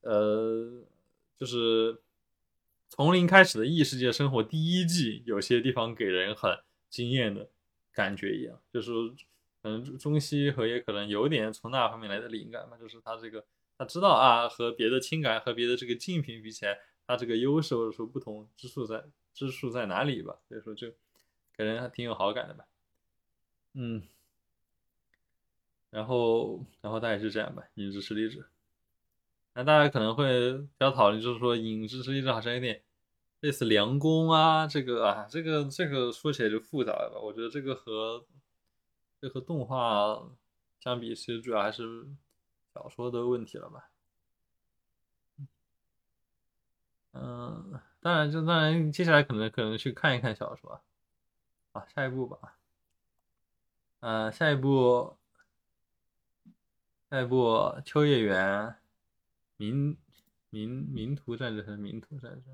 就是从零开始的异世界生活第一季，有些地方给人很惊艳的感觉一样，就是可能中西和也可能有点从那方面来的灵感吧，就是他这个他知道啊，和别的情感和别的这个竞品比起来，他这个优势或者说不同之处在哪里吧，所以说就给人还挺有好感的吧。嗯，然后大概是这样吧，影之实力者。那大家可能会比较讨论，就是说影之实力者好像有点类似梁公啊，这个说起来就复杂了吧？我觉得这和动画相比，其实主要还是小说的问题了吧？当然，接下来可能去看一看小说啊，下一步吧。下一步秋叶原民民图战争还是民图战争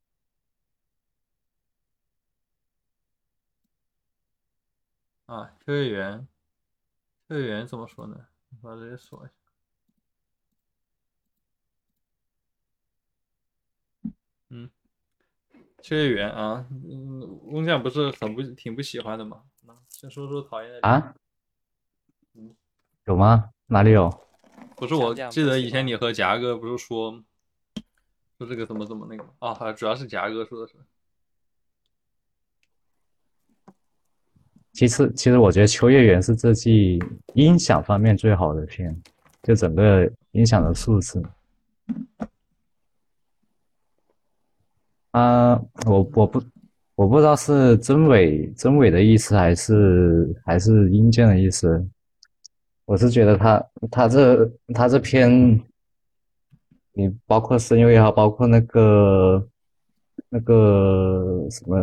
啊？秋叶原怎么说呢？把这些说一下。嗯，秋叶原啊，翁酱不是挺不喜欢的吗？先说说讨厌的点。 啊？有吗？哪里有？ 不是，我讲讲记得以前不喜欢你和夹哥不是说这个怎么那个吗？啊，主要是夹哥说的是。 其实我觉得《秋叶原》是这季音响方面最好的片，就整个音响的素质。啊，我不知道是真伪的意思还是阴间的意思。我是觉得他这篇，你包括声优也好，包括那个什么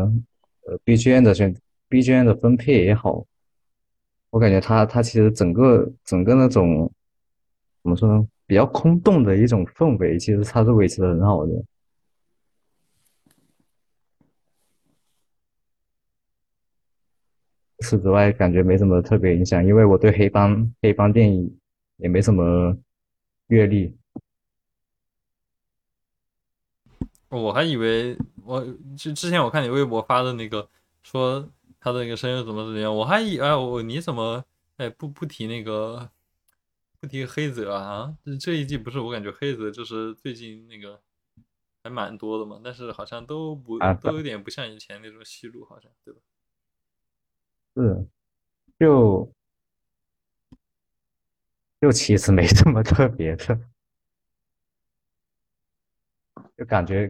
BGM 的分配也好，我感觉他其实整个那种怎么说呢，比较空洞的一种氛围，其实他是维持的很好的。除此之外，感觉没什么特别影响，因为我对黑帮电影也没什么阅历。 我还以为之前我看你微博发的那个说他的那个声优怎么样，我还以为你怎么不提黑泽啊？这一季不是我感觉黑泽就是最近那个还蛮多的嘛，但是好像都有点不像以前那种戏路，好像对吧？ 是就其实没什么特别的，就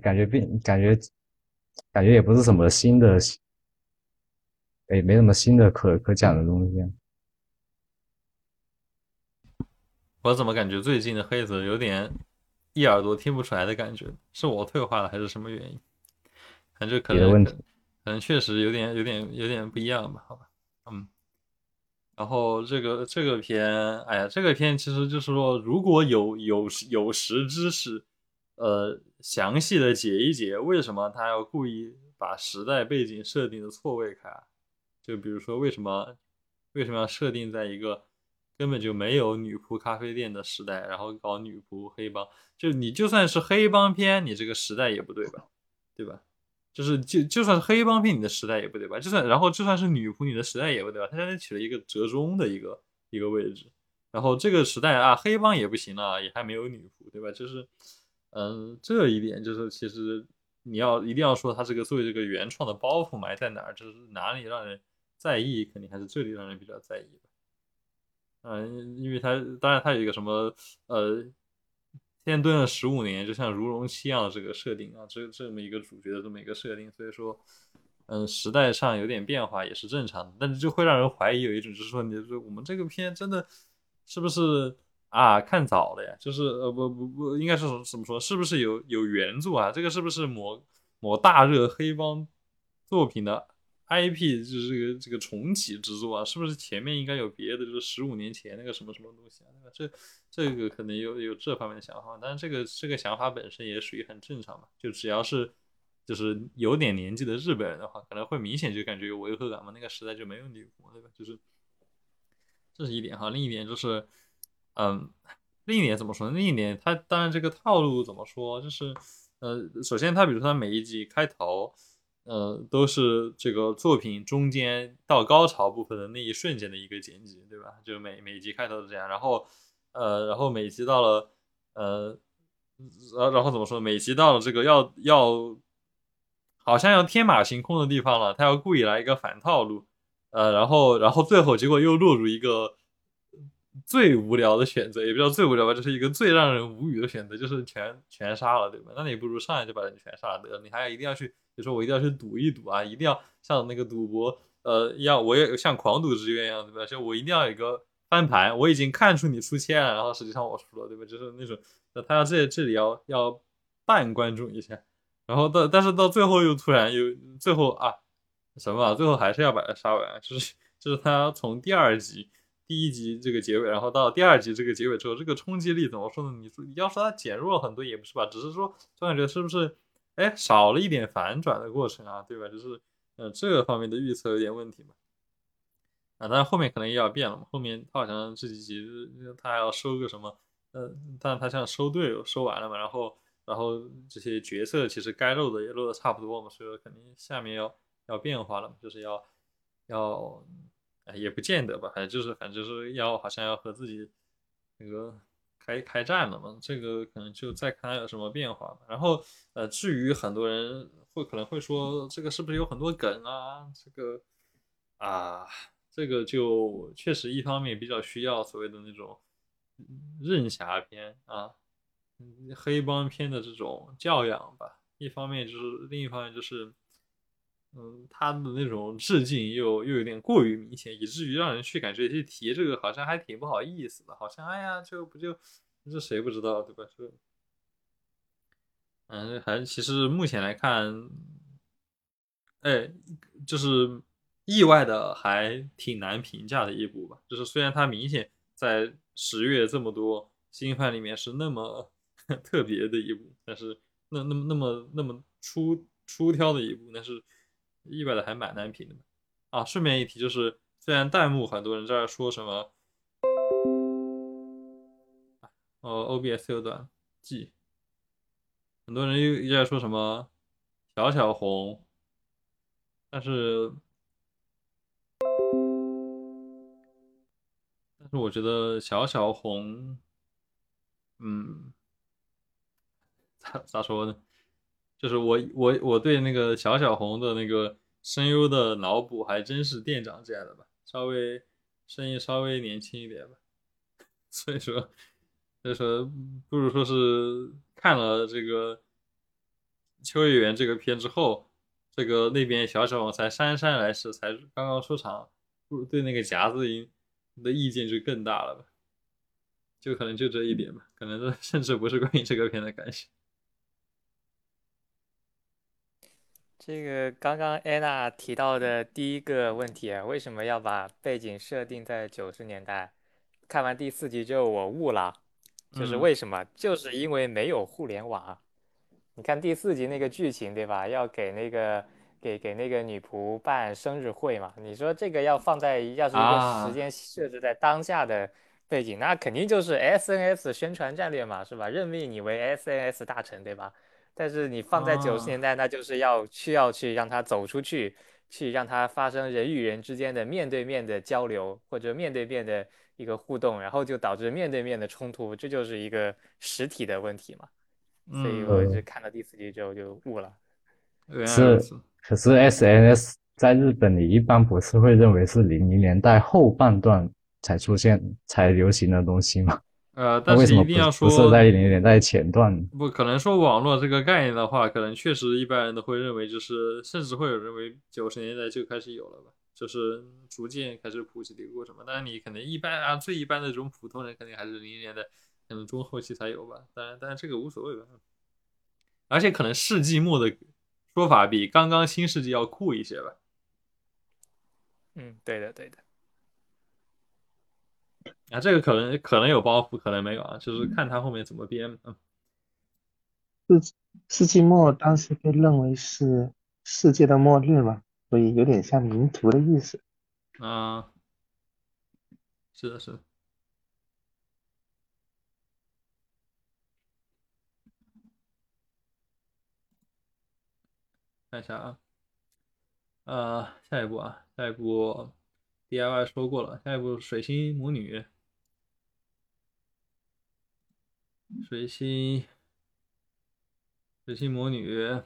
感觉也不是什么新的，也没什么新的可讲的东西。 我怎么感觉最近的黑泽有点一耳朵听不出来的感觉？是我退化了还是什么原因？反正可能可别的问题。 可能确实有点不一样吧，好吧。嗯。然后这个片，哎呀，这个片其实就是说，如果有识之士，详细的解一解为什么他要故意把时代背景设定的错位开啊，就比如说为什么要设定在一个根本就没有女仆咖啡店的时代，然后搞女仆黑帮，就算是黑帮片，你这个时代也不对吧？对吧？就算是黑帮片，你的时代也不对吧？就算是女仆，你的时代也不对吧？它起了一个折中的一个位置。然后这个时代啊，黑帮也不行了，也还没有女仆，对吧？这一点就是其实一定要说它这个作为这个原创的包袱埋在哪儿，就是哪里让人在意，肯定还是这里让人比较在意吧。因为当然它有一个什么先蹲了15年，就像如龙七一样的这个设定啊，这么一个主角的这么一个设定，所以说，时代上有点变化也是正常的，但是就会让人怀疑有一种就是说，你说我们这个片真的是不是啊，看早了呀，就是不，应该是怎么说？是不是有原作啊？这个是不是某大热黑帮作品的 IP，就是这个重启之作啊？是不是前面应该有别的，就是15年前那个什么什么东西啊？对吧？这个可能有这方面的想法，但是这个想法本身也属于很正常嘛。就只要是就是有点年纪的日本人的话，可能会明显就感觉有违和感嘛。那个时代就没有女仆，对吧？就是这是一点哈。另一点就是，嗯，另一点怎么说呢？另一点，它当然这个套路怎么说，就是首先它比如说它每一集开头，都是这个作品中间到高潮部分的那一瞬间的一个剪辑，对吧？就每集开头是这样，然后每集到了呃，然后怎么说？每集到了这个要好像要天马行空的地方了，他要故意来一个反套路，然后最后结果又落入一个最无聊的选择，也不知道最无聊吧，就是一个最让人无语的选择，就是全杀了，对吧？那你不如上来就把人全杀了得了，你还一定要去，比如说我一定要去赌一赌啊，一定要像那个赌博，一样，我也像狂赌之渊一样，对吧？就我一定要有一个翻盘，我已经看出你出千了，然后实际上我输了，对吧？就是那种，他要这里要扮观众一下。然后但是到最后又突然又最后啊什么啊，最后还是要把他杀完，就是他从第一集这个结尾，然后到第二集这个结尾之后，这个冲击力怎么说呢？你要说它减弱了很多也不是吧，只是说就感觉是不是少了一点反转的过程啊，对吧？就是这个方面的预测有点问题嘛。啊，但是后面可能也要变了嘛，后面他好像这几集他还要收个什么，但他像收队友收完了嘛，然后这些角色其实该漏的也漏的差不多嘛，所以说肯定下面要变化了嘛，就是要，也不见得吧，反正就是要好像要和自己那个开战了嘛，这个可能就再看有什么变化吧。然后至于很多人可能会说这个是不是有很多梗啊，啊。这个就确实一方面比较需要所谓的那种刃侠片啊，黑帮片的这种教养吧。另一方面就是，他的那种致敬又有点过于明显，以至于让人去感觉去提这个好像还挺不好意思的，好像哎呀，这谁不知道对吧？还其实目前来看，哎，就是意外的还挺难评价的一部吧。就是虽然它明显在10月这么多新番里面是那么特别的一部，但是那么出挑的一部，但是意外的还蛮难评的啊。顺便一提，就是虽然弹幕很多人在说什么OBS 有短记，很多人又在说什么小小红，但是。但是我觉得小小红，嗯，咋说呢？就是我对那个小小红的那个声优的脑补还真是店长这样的吧，声音稍微年轻一点吧。所以说，不如说是看了这个秋叶原这个片之后，这个那边小小红才姗姗来迟，才刚刚出场，不如对那个夹子音的意见就更大了吧。就可能就这一点吧，可能这甚至不是关于这个片的感想。 这个刚刚安娜提到的第一个问题啊，为什么要把背景设定在90年代？看完第4集之后，我悟了，就是嗯为什么？就是因为没有互联网。你看第4集那个剧情，对吧？要给那个女仆办生日会嘛？你说这个要是一个时啊， 间设置在当下的背景，那肯定就是 SNS 宣传战略嘛，是吧？任命你为 SNS 大臣，对吧？但是你放在90年代，那就是需要去让他走出去，去让他发生人与人之间的面对面的交流，或者面对面的一个互动，然后就导致面对面的冲突，这就是一个实体的问题嘛。所以我嗯， 就看到第4集之后就悟了。 原来如是， 此。 可是 SNS 在日本里一般不是会认为是00年代后半段才出现、才流行的东西吗？那但为什么是一定要不是在说， 00年代前段？ 不可能说网络这个概念的话，可能确实一般人都会认为，就是甚至会有认为90年代就开始有了吧。 就是逐渐开始普及的一个过程嘛。当然你可能一般啊，最一般的这种普通人肯定还是00年代可能中后期才有吧，当然这个无所谓吧。而且可能世纪末的说法比刚刚新世纪要酷一些吧。 嗯，对的对的。 啊，这个可能有包袱，可能没有啊，就是看他后面怎么编。 世纪末当时被认为是世界的末日嘛，所以有点像民族的意思。 啊，是的，是的。看一下啊，下一步啊，下一步 DIY 说过了，下一步水星魔女，水星魔女，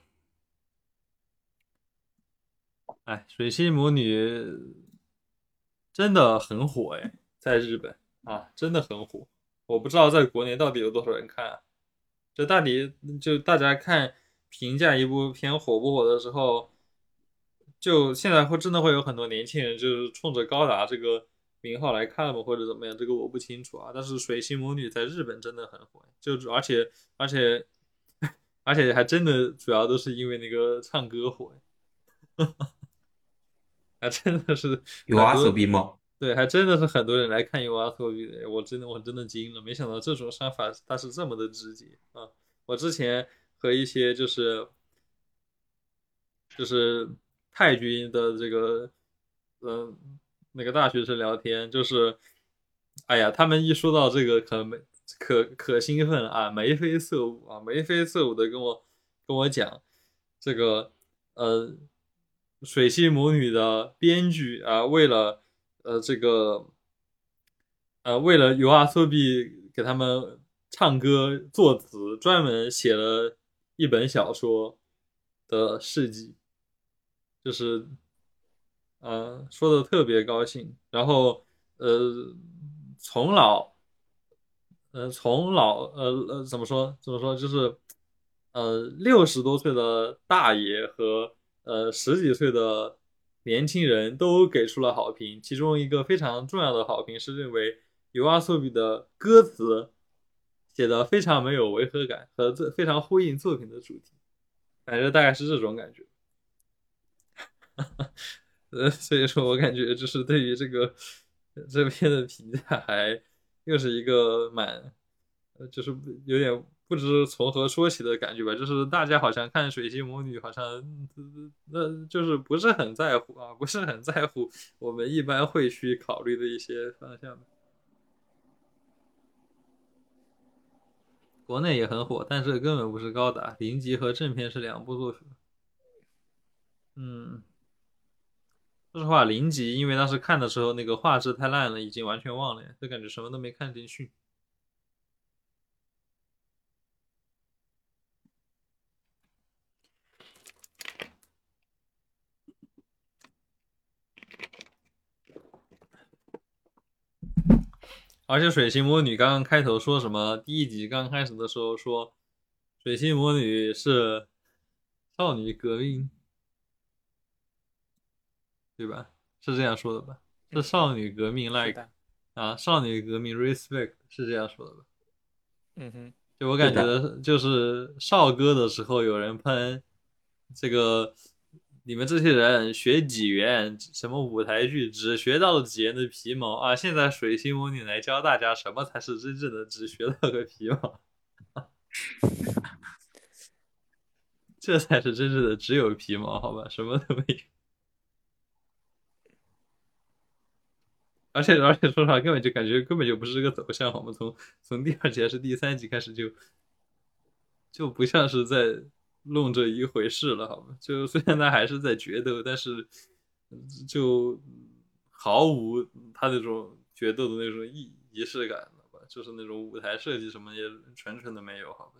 哎，水星魔女真的很火哎，在日本啊，真的很火。我不知道在国内到底有多少人看啊。就到底就大家看评价一部片火不火的时候，就现在真的会有很多年轻人就是冲着高达这个名号来看吗，或者怎么样？这个我不清楚啊。但是水星魔女在日本真的很火，就而且而且还真的主要都是因为那个唱歌火，还真的是有啊，手很多。 臂吗？ 对，还真的是很多人来看 UR 的，我真的惊了，没想到这种杀法它是这么的直接啊！我之前和一些就是太军的这个那个大学生聊天，就是哎呀，他们一说到这个可兴奋了啊，眉飞色舞啊，眉飞色舞的跟我讲这个呃水星魔女的编剧啊，这个为了尤阿索比给他们唱歌作词，专门写了一本小说的事迹，就是说的特别高兴。然后呃从老怎么说就是60多岁的大爷和十几岁的年轻人都给出了好评，其中一个非常重要的好评是认为尤阿索比的歌词写的非常没有违和感和非常呼应作品的主题，反正大概是这种感觉。所以说我感觉就是对于这篇的评价还又是一个就是有点不知从何说起的感觉吧。就是大家好像看水星魔女，好像那就是不是很在乎啊，不是很在乎我们一般会去考虑的一些方向吧。国内也很火，但是根本不是高达，零级和正片是两部作品。嗯。说实话，零级因为当时看的时候那个画质太烂了，已经完全忘了，就感觉什么都没看进去。而且水星魔女刚刚开头说什么？第一集刚开始的时候说，水星魔女是少女革命，对吧？是这样说的吧？是少女革命是 like 的。 啊，少女革命 respect 是这样说的吧？ 嗯哼。 就我感觉是的， 的，就是少歌的时候有人喷这个，你们这些人学几元什么舞台剧，只学到了几元的皮毛啊！现在水星魔女来教大家什么才是真正的只学到个皮毛，这才是真正的只有皮毛，好吧，什么都没有。而且说实话，根本就感觉根本就不是这个走向，好吗？从第二集还是第三集开始就不像是在弄这一回事了，好吗？就虽然他还是在决斗，但是就毫无他那种决斗的那种仪式感了吧？就是那种舞台设计什么也纯纯的没有，好吧？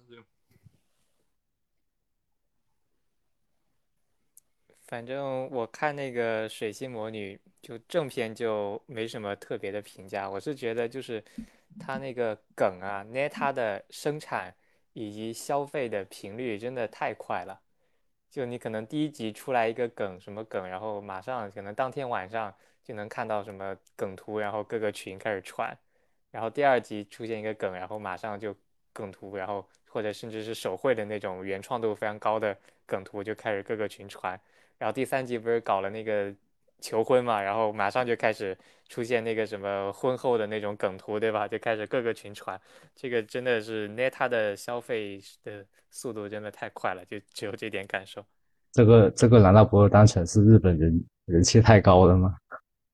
反正我看那个水星魔女，就正片就没什么特别的评价。我是觉得就是它那个梗啊，NETA 的生产以及消费的频率真的太快了。 就你可能第一集出来一个梗什么梗，然后马上可能当天晚上就能看到什么梗图，然后各个群开始传，然后第二集出现一个梗，然后马上就梗图，然后或者甚至是手绘的那种原创度非常高的梗图就开始各个群传，然后第三集不是搞了那个求婚嘛，然后马上就开始出现那个什么婚后的那种梗图，对吧？就开始各个群传，这个真的是 Meta 的消费的速度真的太快了，就只有这点感受。 这个难道不是单纯是日本人气太高了吗？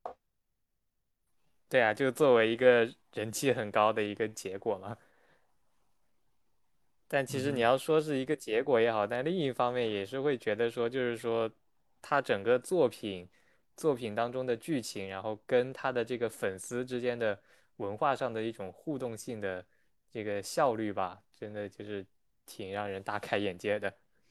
对啊，就作为一个人气很高的一个结果嘛。但其实你嗯， 要说是一个结果也好，但另一方面也是会觉得说，就是说，他整个作品当中的剧情，然后跟他的这个粉丝之间的文化上的一种互动性的这个效率吧，真的就是挺让人大开眼界的。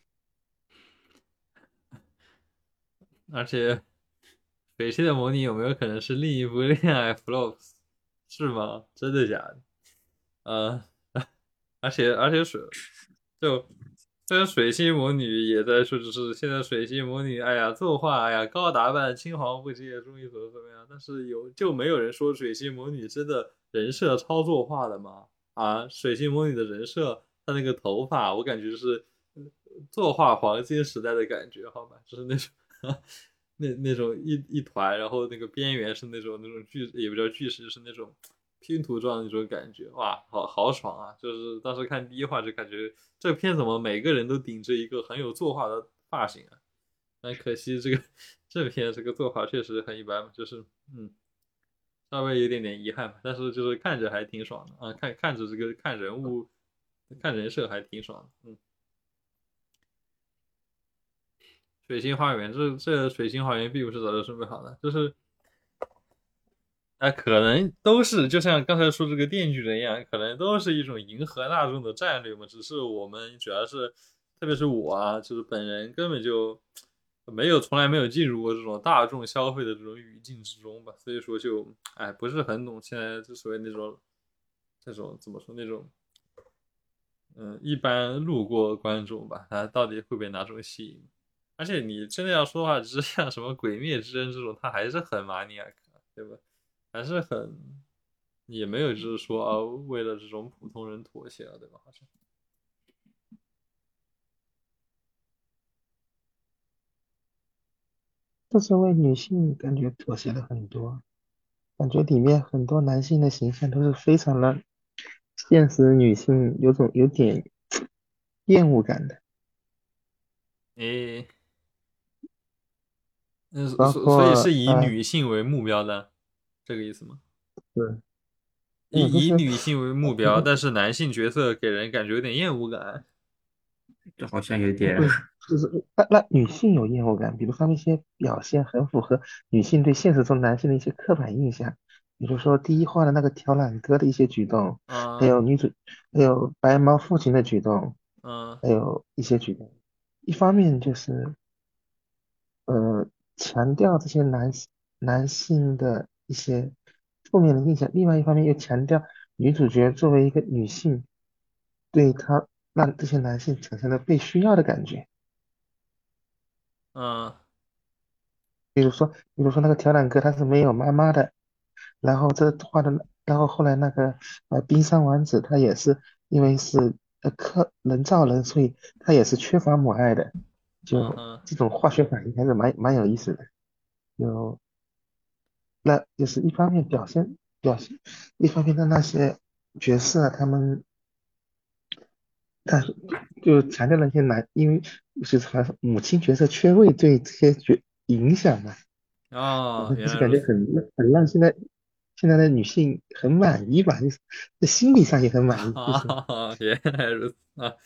而且水系的模拟有没有可能是另一部恋爱 flops？是吗？真的假的？呃，而且就虽然水星魔女也在说，就是现在水星魔女，哎呀，作画，哎呀，高打扮，青黄不接，终于怎么样？但是就没有人说水星魔女真的人设操作化了吗？啊，水星魔女的人设，她那个头发，我感觉就是作画黄金时代的感觉，好吧，就是那种那种一团，然后那个边缘是那种巨，也不叫巨石，就是那种拼图状的那种感觉，哇，好爽啊！就是当时看第一话就感觉这片怎么每个人都顶着一个很有作画的发型啊？但可惜这片这个作画确实很一般，就是嗯，稍微有点遗憾吧。但是就是看着还挺爽的啊，看着这个看人物看人设还挺爽的，嗯。水星花园，这水星花园并不是早就准备好的，就是可能都是就像刚才说这个电锯人一样，可能都是一种迎合大众的战略嘛。只是我们主要是，特别是我啊，就是本人根本就从来没有进入过这种大众消费的这种语境之中吧，所以说就不是很懂现在就所谓那种这种怎么说那种一般路过观众吧，他到底会被哪种吸引？而且你真的要说的话，只是像什么《鬼灭之刃》这种，它还是很马尼亚克，对吧？还是很也没有就是说为了这种普通人妥协了，对吧？好像这是为女性感觉妥协了很多，感觉里面很多男性的形象都是非常的现实女性，有点厌恶感的， 诶， 包所以是括以女性为目标的，这个意思吗？ 是， 以就是女性为目标，但是男性角色给人感觉有点厌恶感。 这好像有点， 对，就是那女性有厌恶感，比如他们一些表现很符合女性对现实中男性的一些刻板印象，比如说第一话的那个挑懒哥的一些举动，还嗯有还有白毛父亲的举动， 嗯还有一些举动，一方面就是强调这些男性的一些负面的印象，另外一方面又强调女主角作为一个女性，对她让这些男性产生了被需要的感觉。 嗯比如说那个挑染哥他是没有妈妈的，然后然后后来那个冰山王子他也是因为是人造人，所以他也是缺乏母爱的，就嗯哼这种化学反应还是蛮有意思的。就那就是一方面，一方面的那些角色他们，但是就强调了一些因为就是好像母亲角色缺位对这些影响嘛。 哦， 就是感觉原来如此。 很让现在的女性很满意吧，就是在心理上也很满意，就是啊，原来如此啊！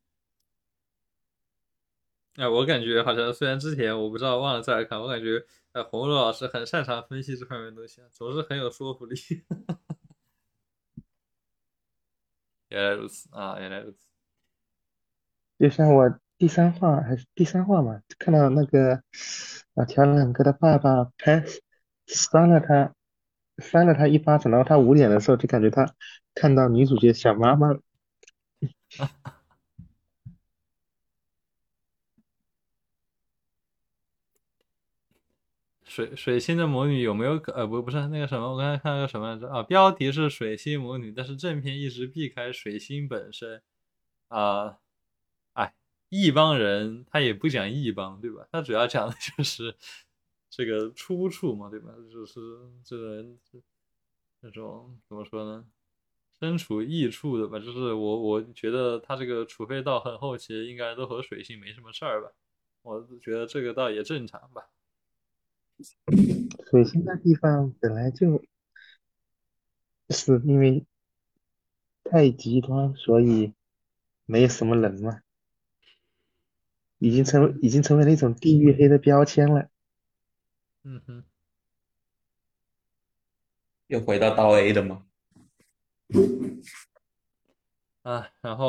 我感觉好像虽然之前我不知道忘了再来看，我感觉红楼老师很擅长分析这方面的东西啊，总是很有说服力。原来如此啊，原来如此。 就像我第三话嘛，看到那个调冷哥的爸爸扇了他扇了他一巴掌，然后他捂脸的时候，就感觉他看到女主角想妈妈了。 水星的魔女有没有不是那个什么，我刚才看了个什么来着啊？标题是水星魔女，但是正片一直避开水星本身啊。哎，异邦人他也不讲异邦，对吧？他主要讲的就是这个出处嘛，对吧？就是这个人那种怎么说呢？身处异处的吧，就是我觉得他这个，除非到很后期，应该都和水星没什么事儿吧。我觉得这个倒也正常吧。 水星那地方本来就是因为太极端，所以没什么人嘛，已经成为了一种地域黑的标签了。 嗯哼。 又回到刀 A 的吗？ 啊，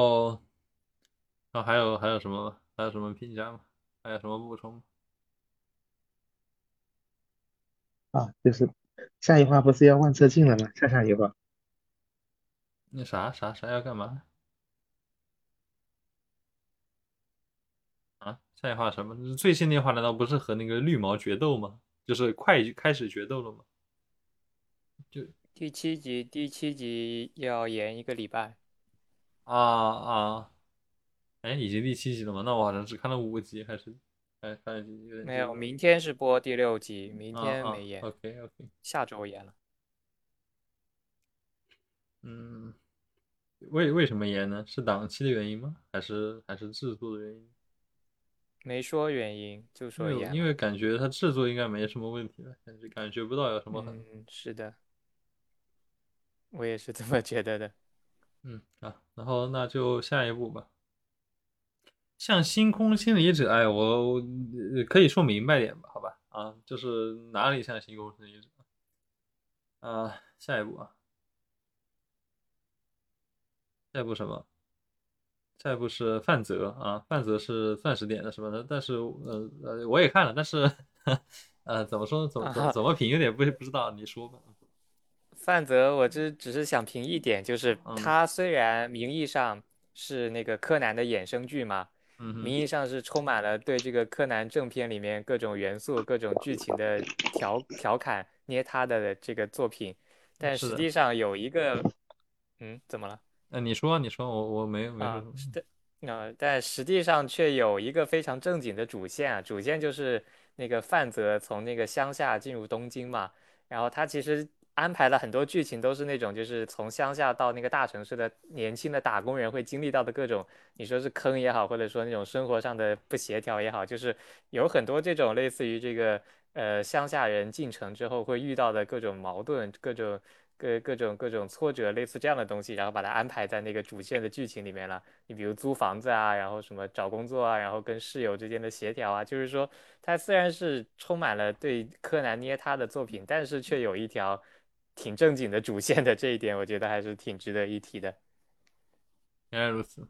然后还有什么吗？还有什么评价吗？还有什么补充吗？ 啊，就是下一话不是要万车镜了吗？下一话那啥要干嘛啊？下一话什么？最新那话难道不是和那个绿毛决斗吗？就是快开始决斗了吗？就第七集要延1个礼拜。 啊，哎，已经第7集了吗？那我好像只看了5集，还是看了几集，有点没有， 记不住。 明天是播第6集，明天啊没演， ，OK OK。 下周演了。 嗯，为什么延呢？是档期的原因吗？还是制作的原因？ 没说原因，就因为说演了。 因为感觉它制作应该没什么问题吧，感觉不到有什么很。 是的，我也是这么觉得的。 然后那就下一步吧。像星空清理者，哎，我可以说明白点吧，好吧？啊，就是哪里像星空清理者啊？下一步啊，下一步什么？下一步是范泽啊，范泽是钻石点的什么的，但是我也看了，但是怎么说呢？怎么评有点不知道，你说吧。 范泽，我这只是想评一点，就是嗯他虽然名义上是那个柯南的衍生剧嘛， 嗯哼。 名义上是充满了对这个柯南正片里面各种元素、各种剧情的调侃捏他的这个作品，但是的。 实际上有一个，怎么了？ 你说，我没说啊， 什么。 是的，但实际上却有一个非常正经的主线啊，主线就是那个范泽从那个乡下进入东京嘛，然后他其实安排了很多剧情，都是那种就是从乡下到那个大城市的年轻的打工人会经历到的各种，你说是坑也好，或者说那种生活上的不协调也好，就是有很多这种类似于这个乡下人进城之后会遇到的各种矛盾，各种挫折，类似这样的东西，然后把它安排在那个主线的剧情里面了。你比如租房子啊，然后什么找工作啊，然后跟室友之间的协调啊，就是说，它虽然是充满了对柯南捏他的作品，但是却有一条挺正经的主线的，这一点我觉得还是挺值得一提的。 原来如此。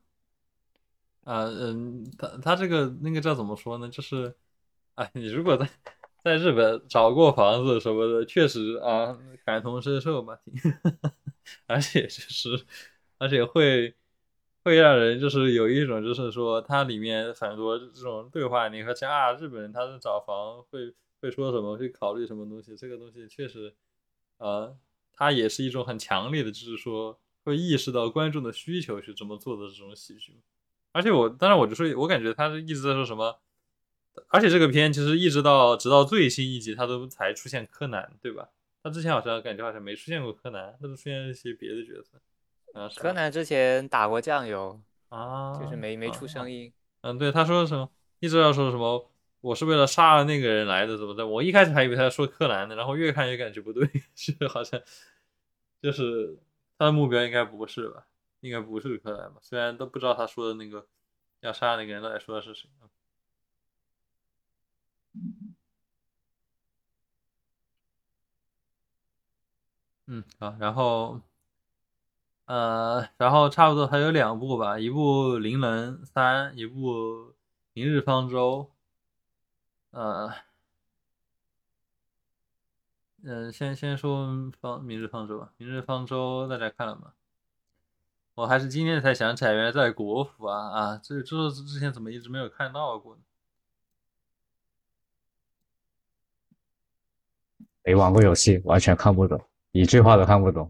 他这个那个叫怎么说呢？就是，哎，你如果在日本找过房子什么的，确实啊，感同身受吧，挺，而且就是，而且会让人就是有一种就是说，它里面很多这种对话，你和日本人他是找房会说什么，会考虑什么东西，这个东西确实，它也是一种很强烈的，就是说会意识到观众的需求去这么做的这种喜剧。而且当然我就说，我感觉他是一直在说什么，而且这个片其实直到最新一集，他都才出现柯南，对吧？他之前好像感觉好像没出现过柯南，他都出现一些别的角色啊，是吧？ 柯南之前打过酱油，就是啊没出声音。 对，他说什么，一直要说什么，我是为了杀了那个人来的，怎么的？我一开始还以为他说柯南呢，然后越看越感觉不对，是好像就是他的目标应该不是吧？应该不是柯南吧？虽然都不知道他说的那个要杀那个人到底说的是谁。好，然后差不多还有2部吧，一部《灵能3》，一部《明日方舟》。呃，先说明日方舟吧。明日方舟大家看了吗？我还是今天才想起来，原来在国服这之前怎么一直没有看到过呢？ 没玩过游戏，完全看不懂，一句话都看不懂。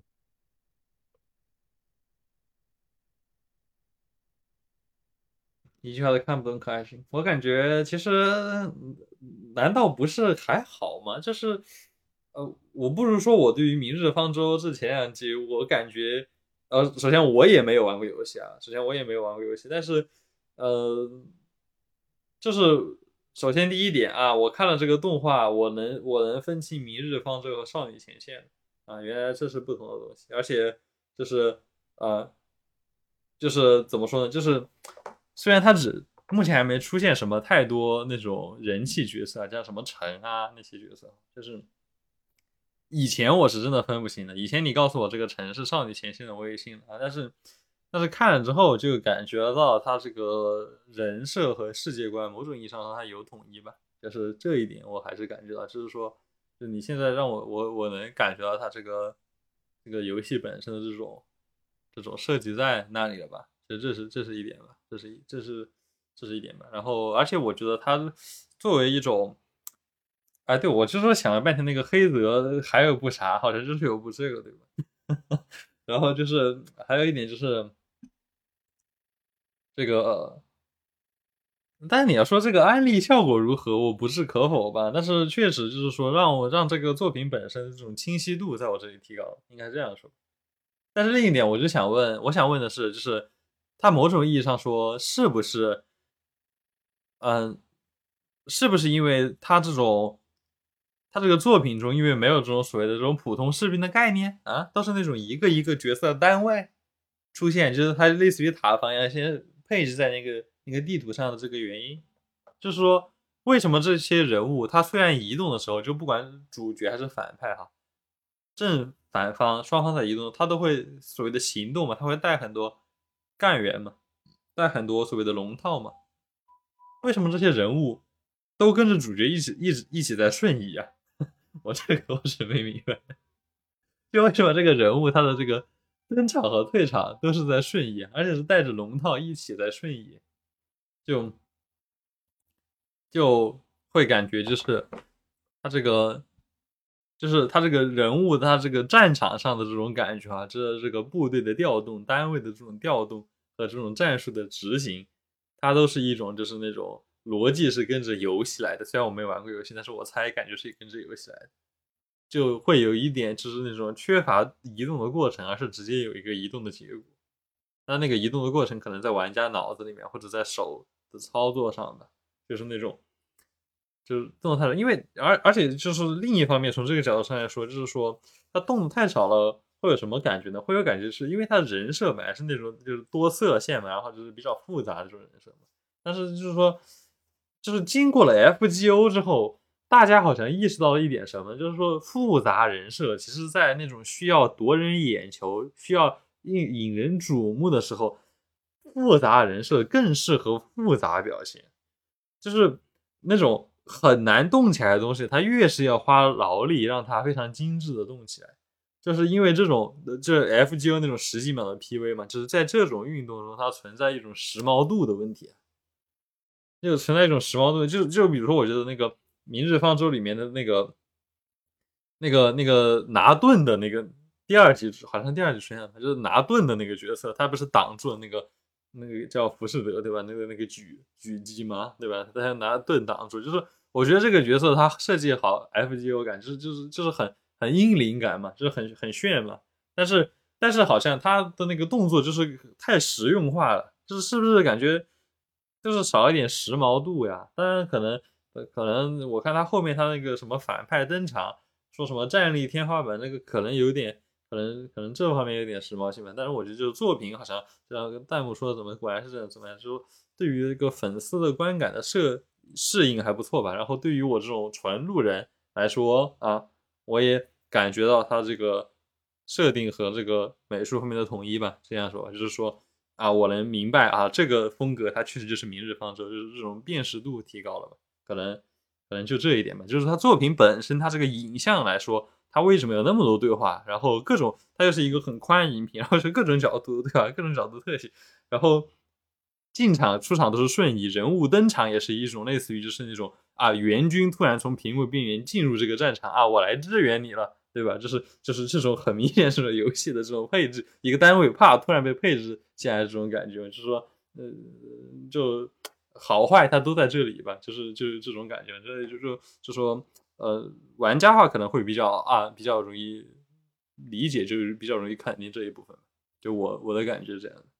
一句话都看不懂可爱性。我感觉其实难道不是还好吗？就是我不如说我对于《明日方舟》这前两集，我感觉首先我也没有玩过游戏啊，首先我也没有玩过游戏，但是呃，就是首先第一点啊，我看了这个动画，我能分清《明日方舟》和《少女前线》啊，原来这是不同的东西，而且就是呃，就是怎么说呢？就是虽然他目前还没出现什么太多那种人气角色啊，像什么陈啊那些角色，就是以前我是真的分不清的。以前你告诉我这个陈是少女前线的，我也信了啊。但是看了之后就感觉到他这个人设和世界观，某种意义上说他有统一吧。就是这一点我还是感觉到，就是说，就你现在让我能感觉到他这个游戏本身的这种设计在那里了吧？这是一点吧，这是一点吧。然后，而且我觉得它作为一种，哎，对我就说想了半天，那个黑泽还有部啥？好像就是有部这个，对吧？然后就是还有一点就是这个，但是你要说这个安利效果如何，我不置可否吧。但是确实就是说让这个作品本身的这种清晰度在我这里提高了，应该这样说。但是另一点，我想问的是，就是它某种意义上说，是不是因为它这个作品中，因为没有这种所谓的这种普通士兵的概念啊，都是那种一个一个角色单位出现，就是它类似于塔防一样，先配置在那个地图上的这个原因，就是说为什么这些人物他虽然移动的时候，就不管主角还是反派哈，正反方双方在移动，他都会所谓的行动嘛，他会带很多干员嘛，带很多所谓的龙套嘛，为什么这些人物都跟着主角一起在瞬移啊？我这个我是没明白，就为什么这个人物他的这个登场和退场都是在瞬移，而且是带着龙套一起在瞬移，就就会感觉就是他这个就是他这个人物他这个战场上的这种感觉啊，这个部队的调动、单位的这种调动和这种战术的执行，它都是一种就是那种逻辑是跟着游戏来的。虽然我没玩过游戏，但是我猜感觉是跟着游戏来的。就会有一点就是那种缺乏移动的过程，而是直接有一个移动的结果。那个移动的过程可能在玩家脑子里面，或者在手的操作上的，就是那种就是动作太少。因为而且就是另一方面，从这个角度上来说，就是说它动的太少了，会有什么感觉呢？会有感觉是因为它人设本来是那种就是多色线嘛，然后就是比较复杂的这种人设嘛。但是就是说，就是经过了 FGO 之后，大家好像意识到了一点什么，就是说复杂人设其实在那种需要夺人眼球、需要引人瞩目的时候，复杂人设更适合复杂表现。就是那种很难动起来的东西，它越是要花劳力让它非常精致的动起来。就是因为这种FGO 那种实际秒的 PV 嘛，就是在这种运动中，它存在一种时髦度的问题，就存在一种时髦度，就比如说，我觉得那个《明日方舟》里面的那个拿盾的那个第二集，好像第二集出现了，就是拿盾的那个角色，他不是挡住了那个叫浮士德对吧？那个狙击嘛，对吧？他拿盾挡住，就是我觉得这个角色他设计好 FGO 感，就是很英灵感嘛，就是很炫嘛。但是好像他的那个动作就是太实用化了，是不是感觉就是少一点时髦度呀？当然可能我看他后面他那个什么反派登场，说什么战力天花板，那个可能有点。可能这方面有点时髦性吧，但是我觉得就是作品好像像跟弹幕说的果然是这样怎么样，就对于一个粉丝的观感的适应还不错吧。然后对于我这种纯路人来说啊，我也感觉到它这个设定和这个美术方面的统一吧。这样说就是说啊，我能明白啊，这个风格它确实就是明日方舟，就是这种辨识度提高了吧。可能就这一点吧，就是它作品本身它这个影像来说。他为什么有那么多对话？然后各种，他又是一个很宽荧屏，然后是各种角度，对吧？各种角度特写，然后进场出场都是瞬移，人物登场也是一种类似于就是那种啊，援军突然从屏幕边缘进入这个战场啊，我来支援你了，对吧？就是这种很明显是游戏的这种配置，一个单位啪突然被配置进来这种感觉，就是说就好坏它都在这里吧，就是这种感觉，就说玩家话可能会比较容易理解，就是比较容易肯定这一部分，就我的感觉是这样的。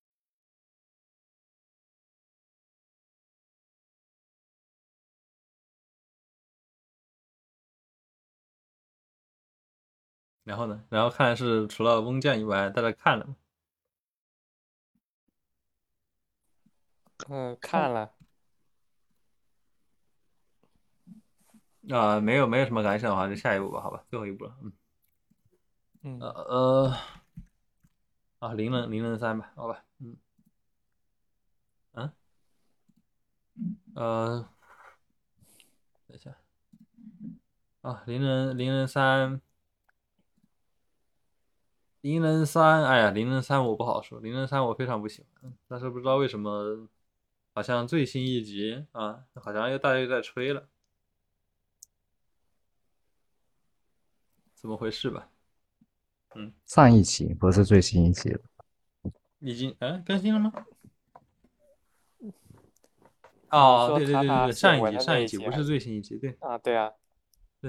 然后呢？然后看来是除了翁将以外，大家看了吗？ 看了。 没有什么感想的话，就下一步吧，好吧，最后一步了。灵能3吧，好吧，等一下啊，灵能3。灵能3，哎呀，灵能3我不好说，灵能3我非常不喜欢，但是不知道为什么，好像最新一集啊，好像大家又在吹了，怎么回事吧？ 上一期不是最新一期了。 已经更新了吗？ 你说对， 他上文的那一集不是一集还是最新一集，对啊？对啊， 对，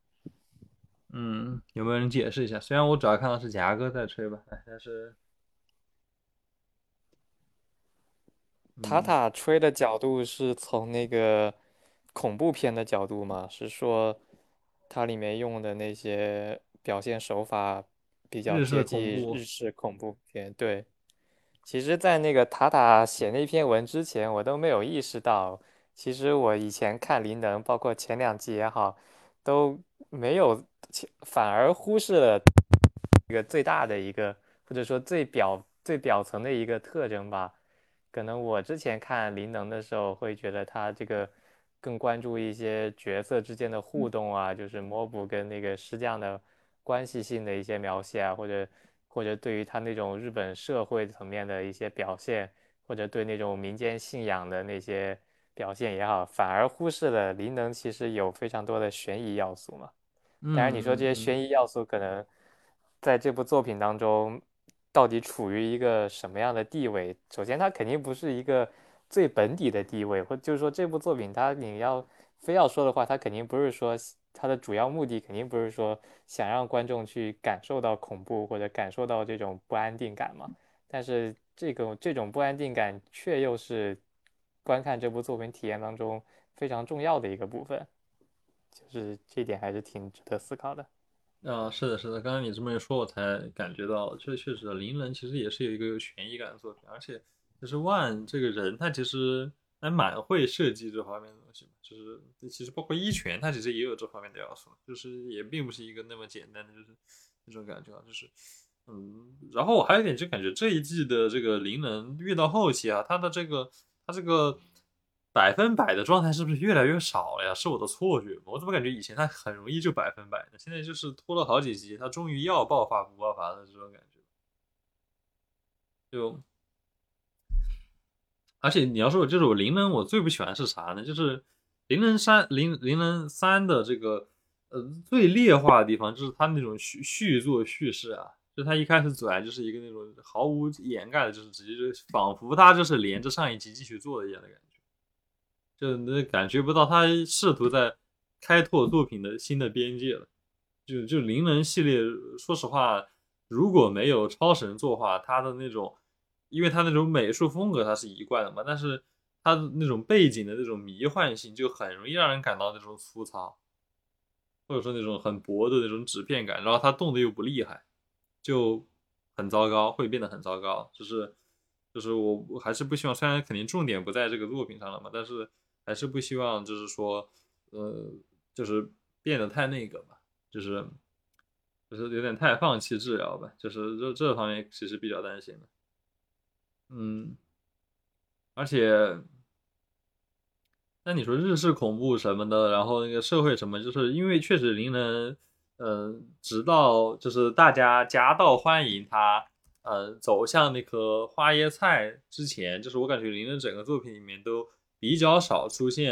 有没有人解释一下？虽然我主要看到是夹哥在吹吧，但是塔塔吹的角度是从那个恐怖片的角度吗？是说它里面用的那些表现手法比较日式接近恐怖， 日式恐怖片？对，其实，在那个塔塔写那篇文之前，我都没有意识到，其实我以前看灵能，包括前2季也好，都没有，反而忽视了一个最大的一个，或者说最表层的一个特征吧。可能我之前看灵能的时候，会觉得他这个更关注一些角色之间的互动啊，就是魔补跟那个师匠的关系性的一些描写啊，或者对于他那种日本社会层面的一些表现，或者对那种民间信仰的那些表现也好，反而忽视了灵能其实有非常多的悬疑要素嘛。当然，你说这些悬疑要素可能在这部作品当中到底处于一个什么样的地位？首先，它肯定不是一个最本底的地位，或就是说这部作品它你要非要说的话，它肯定不是说它的主要目的肯定不是说想让观众去感受到恐怖或者感受到这种不安定感嘛。但是这种不安定感却又是观看这部作品体验当中非常重要的一个部分。就是这点还是挺值得思考的。 是的，是的，刚刚你这么一说，我才感觉到，确实，灵能其实也是有一个有悬疑感的作品，而且就是万这个人，他其实还蛮会设计这方面的东西，就是其实包括一拳，他其实也有这方面的要素，就是也并不是一个那么简单的，就是那种感觉啊，就是然后我还有一点就感觉这一季的这个灵能越到后期啊，他这个100%的状态是不是越来越少了呀？是我的错觉吗？我怎么感觉以前他很容易就100%呢？现在就是拖了好几集，他终于要爆发不爆发的这种感觉。就而且你要说就是我灵能我最不喜欢是啥呢？就是灵能三的这个最劣化的地方，就是他那种续作叙事啊，就他一开始走来就是一个那种毫无掩盖的，就是直接就仿佛他就是连着上一集继续做的一样的感觉。就能感觉不到他试图在开拓作品的新的边界了。就灵能系列，说实话，如果没有超神作画，他的那种，因为他那种美术风格他是一贯的嘛，但是他的那种背景的那种迷幻性，就很容易让人感到那种粗糙，或者说那种很薄的那种纸片感，然后他动的又不厉害，就很糟糕，会变得很糟糕。就是我还是不希望，虽然肯定重点不在这个作品上了嘛，但是还是不希望就是说，就是变得太那个吧，就是有点太放弃治疗吧，就是这方面其实比较担心的。而且那你说日式恐怖什么的，然后那个社会什么，就是因为确实灵能，直到就是大家夹道欢迎他，走向那颗花椰菜之前，就是我感觉灵能整个作品里面都比较少出现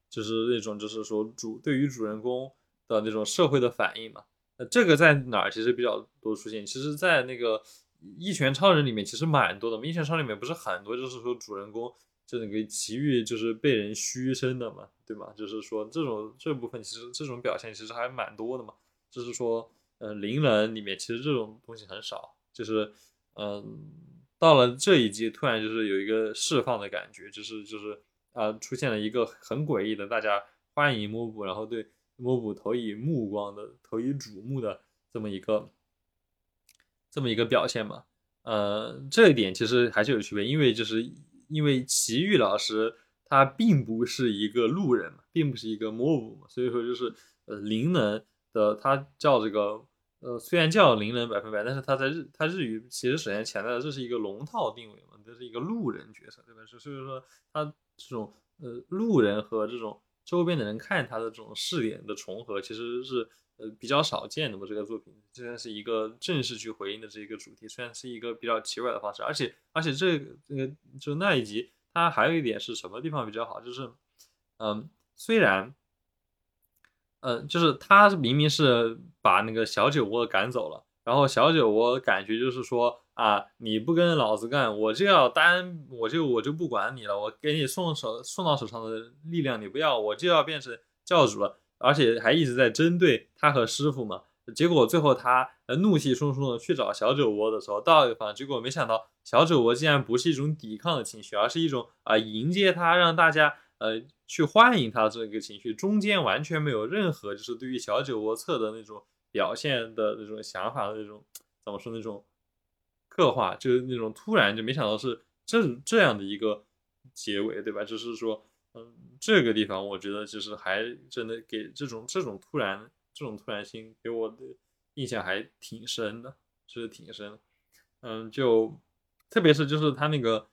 就是那种就是说对于主人公的那种社会的反应嘛。这个在哪儿其实比较多出现？其实，在那个一拳超人里面其实蛮多的嘛。一拳超人里面不是很多，就是说主人公就那个奇遇就是被人嘘声的嘛，对吗？就是说这部分其实这种表现其实还蛮多的嘛。就是说，灵能里面其实这种东西很少，就是到了这一季突然就是有一个释放的感觉，就是出现了一个很诡异的，大家欢迎摸捕，然后对摸捕投以瞩目的这么一个表现嘛。这一点其实还是有区别，因为奇遇老师他并不是一个路人嘛，并不是一个摸捕嘛，所以说就是灵能的他叫这个虽然叫灵能100%，但是他日语其实首先强调的这是一个龙套定位嘛，这是一个路人角色，对吧？所以说他这种路人和这种周边的人看他的这种视点的重合，其实是比较少见的嘛。这个作品虽然是一个正式去回应的这一个主题，虽然是一个比较奇怪的方式，而且这个就那一集它还有一点是什么地方比较好，就是虽然就是他明明是把那个小酒窝赶走了，然后小酒窝感觉就是说啊，你不跟老子干，我就不管你了，我给你送到手上的力量你不要，我就要变成教主了，而且还一直在针对他和师傅嘛。结果最后他怒气冲冲的去找小酒窝的时候，到一个地方，结果没想到小酒窝竟然不是一种抵抗的情绪，而是一种迎接他，让大家去欢迎他这个情绪，中间完全没有任何就是对于小酒窝侧的那种表现的那种想法的那种怎么说那种刻画，就是那种突然就没想到是这样的一个结尾，对吧？就是说这个地方我觉得就是还真的给这种突然性给我的印象还挺深的，是挺深的。就特别是就是他那个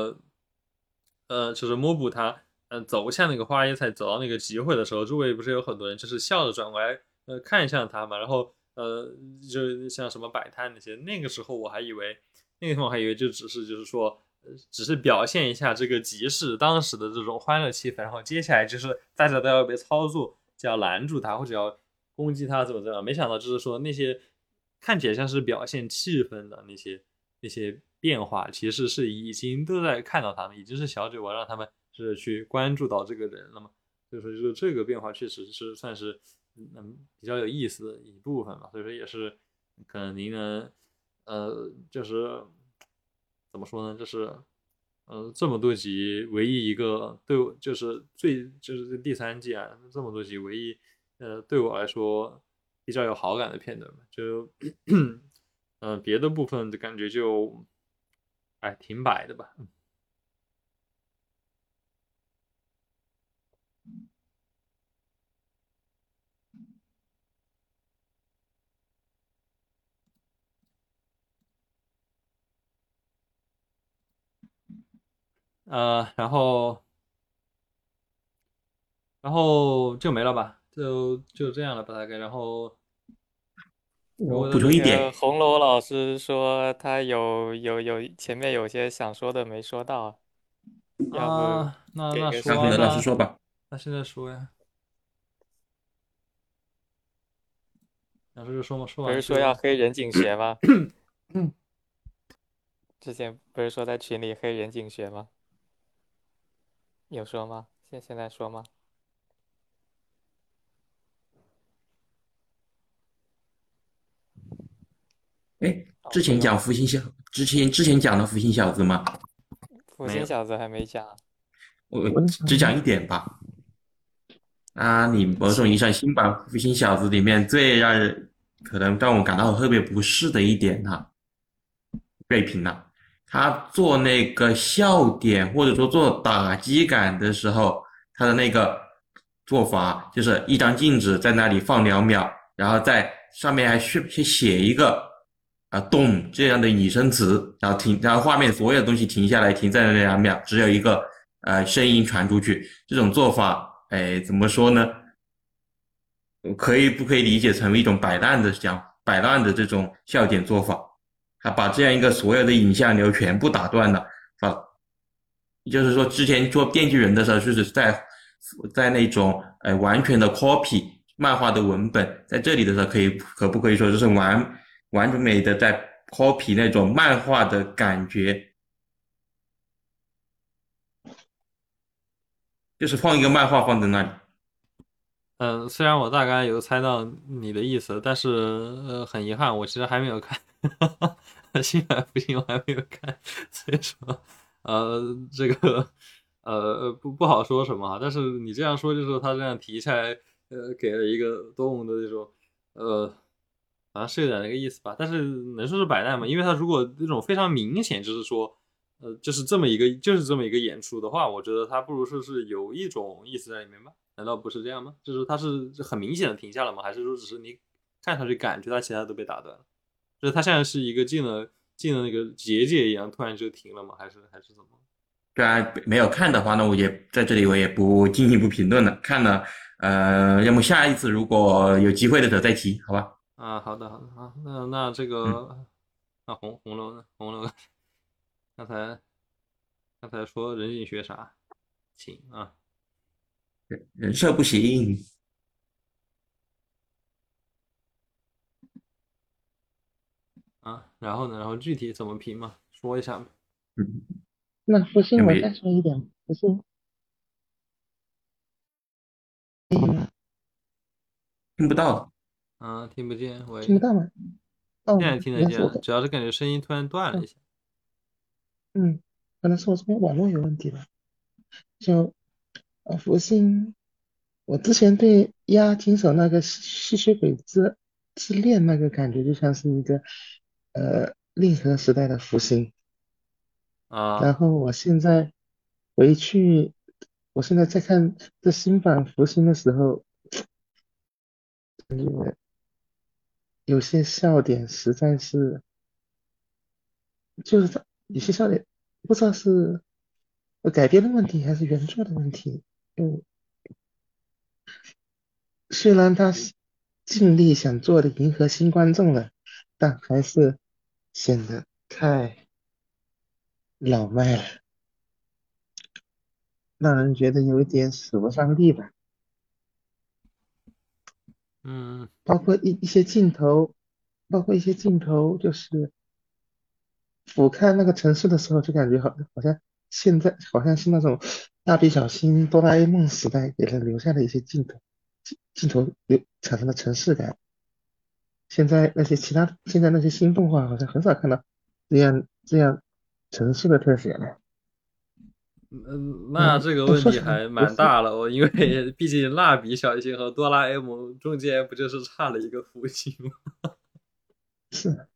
就是摸捕他走向那个花椰菜，走到那个集会的时候，周围不是有很多人就是笑着转过来看向他嘛，然后就像什么摆摊那些，那个时候我还以为就只是就是说只是表现一下这个集市当时的这种欢乐气氛，然后接下来就是大家都要被操作，就要拦住他或者要攻击他怎么样，没想到就是说那些看起来像是表现气氛的那些变化，其实是已经都在看到他们，已经是小酒窝让他们是去关注到这个人了嘛。所以说就是这个变化确实是算是比较有意思的一部分嘛。所以说也是可能您能就是怎么说呢，就是这么多集唯一一个对我就是第3季啊，这么多集唯一对我来说比较有好感的片段嘛，就别的部分的感觉就挺摆的吧。然后就没了吧，就这样了吧大概。然后我补充一点， 红楼老师说他前面有些想说的没说到，要不给个说那老师时间吧。 说吧。 那现在说呀，老师就说嘛，说完不是说要黑人警学吗？之前不是说在群里黑人警学吗？有说吗？现在说吗？ 哎，之前讲了福星小子吗？ 福星小子还没讲。 我只讲一点吧。你某种意义上新版福星小子里面最可能让我感到特别不适的一点呢，瑞平了。他做那个笑点或者说做打击感的时候，他的那个做法就是一张镜子在那里放2秒，然后在上面还去写一个动这样的拟声词，然后画面所有东西停下来，停在那2秒，只有一个声音传出去。这种做法，怎么说呢？不可以理解成为一种摆烂的这种笑点做法？他把这样一个所有的影像流全部打断了，就是说之前做电锯人的时候，就是在在那种完全的 copy 漫画的文本，在这里的时候可不可以说就是完美的在 copy 那种漫画的感觉，就是放一个漫画放在那里。 虽然我大概有猜到你的意思，但是很遗憾，我其实还没有看《新海福星》，我还没有看，所以说这个不好说什么啊。但是你这样说，就是他这样提起来，给了一个动物的这种呃，好像是有点那个意思吧。但是能说是摆烂吗？因为他如果这种非常明显，就是说。就是这么一个演出的话，我觉得他不如说是有一种意思在里面吧？难道不是这样吗？就是他是很明显的停下了吗？还是说只是你看上去感觉他其他都被打断了？就是他现在是一个进了那个结界一样，突然就停了吗？还是怎么？ 虽然没有看的话，那我也在这里我也不进一步评论了。看了，要么下一次如果有机会的时候再提，好吧？ 啊，好的好的啊，那这嗯， 个红楼呢？红楼刚才刚才说人性学啥？请啊人设不行。 啊，然后呢？然后具体怎么评嘛？说一下嘛。 嗯， 那复兴我再要没说一点，复兴听不到。 啊，听不见，喂， 听不到吗？哦， 现在听得见了， 原来是我的， 主要是感觉声音突然断了一嗯下。 可能是我这边网络有问题吧。就复兴，我之前对押金手那个吸血鬼之恋那个感觉，就像是一个令和时代的复兴。然啊， 后我现在回去，我现在在看这新版复兴的时候，有些笑点实在是，就是它有些笑点不知道是改编的问题还是原作的问题。嗯，虽然他是尽力想做的迎合新观众了，但还是显得太老迈了，让人觉得有一点使不上力吧。 嗯包括一些镜头，包括一些镜头，就是俯瞰那个城市的时候，就感觉好像现在好像是那种蜡笔小新、哆啦 A 梦时代给人留下的一些镜头产生的城市感。现在那些新动画好像很少看到这样城市的特写了。 那这个问说起来题还不是蛮大了哦，因为毕竟蜡笔小新和哆啦 A 梦中间不就是差了一个父亲吗？ 是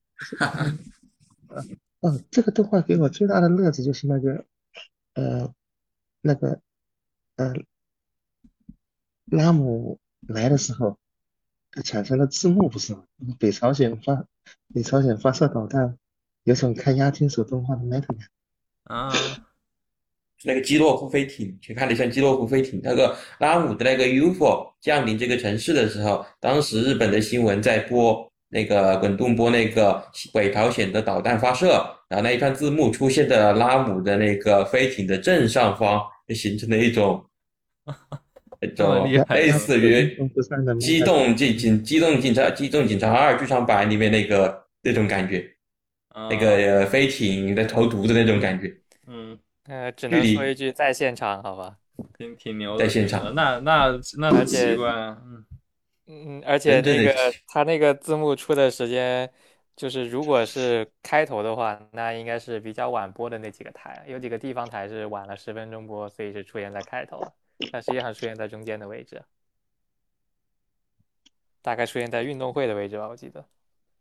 这个动画给我最大的乐子就是呃那个呃拉姆来的时候，产生了字幕不是吗？北朝鲜发射导弹，有种看押金手动画的 meta 感。 啊， 那个基洛夫飞艇，去看了一下基洛夫飞艇，那个拉姆的那个 UFO 降临这个城市的时候，当时日本的新闻在播那个滚动播那个北朝鲜的导弹发射，然后那一段字幕出现在拉姆的那个飞艇的正上方，就形成了那这么厉种类害是吧？ 有英似于雄不散的 meta 感。 机动警察二剧场版里面那种感觉，那啊， 个飞艇在投毒的那种感觉， 嗯， 只能说一距离句在现场，好吧。 挺牛的， 在现挺牛的。 场， 那很奇而且， 怪啊， 而且真正的。 那个他那个字幕出的时间，就是如果是开头的话，那应该是比较晚播的那几个台，有几个地方台是晚了10分钟播，所以是出现在开头，但实际上出现在中间的位置，大概出现在运动会的位置吧，我记得。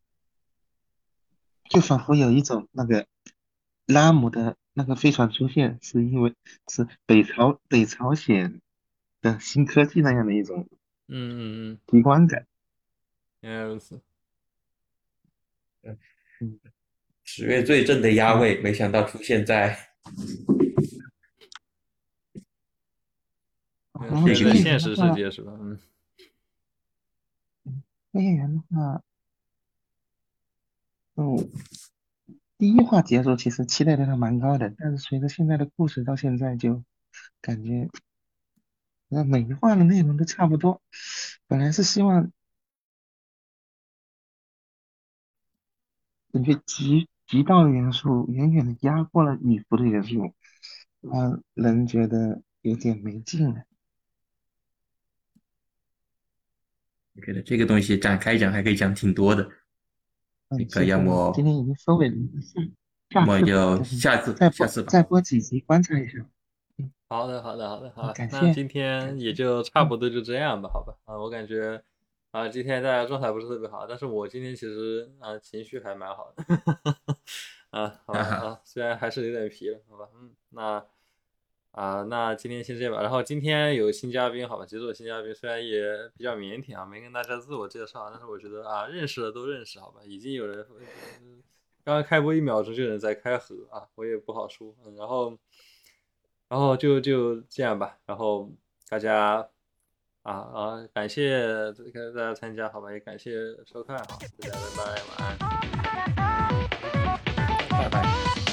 就仿佛有一种那个拉姆的那个飞船出现，是因为是北朝鲜的新科技那样的一种嗯， 奇观感。 原来如此。 嗯 10月最正的压嗯， 位，没想到出现在然后出现在推演这个里。 现实世员的话， 界是吧？ 推演员的话，嗯，第一话结束其实期待度还蛮高的，但是随着现在的故事到现在就感觉那每一话的内容都差不多。本来是希望感觉极道的元素远远的压过了女仆的元素，让人觉得有点没劲了。 我觉得这个东西展开讲还可以讲挺多的，那个要么今天已经收尾了，下次就下次吧。 再播几集观察一下。 好的， 感谢。 那今天也就差不多就这样吧，好吧。我感觉今天大家状态不是特别好，但是我今天其实情绪还蛮好的，好吧虽然还是有点疲了，好吧，那今天先这样吧。然后今天有新嘉宾，好吧，解锁新嘉宾，虽然也比较腼腆没跟大家自我介绍，但是我觉得认识的都认识，好吧，已经有人刚刚开播1秒钟就有人在开盒我也不好说，然后就这样吧，然后大家感谢大家参加，好吧，也感谢收看，好，大家拜拜，晚安， 拜拜。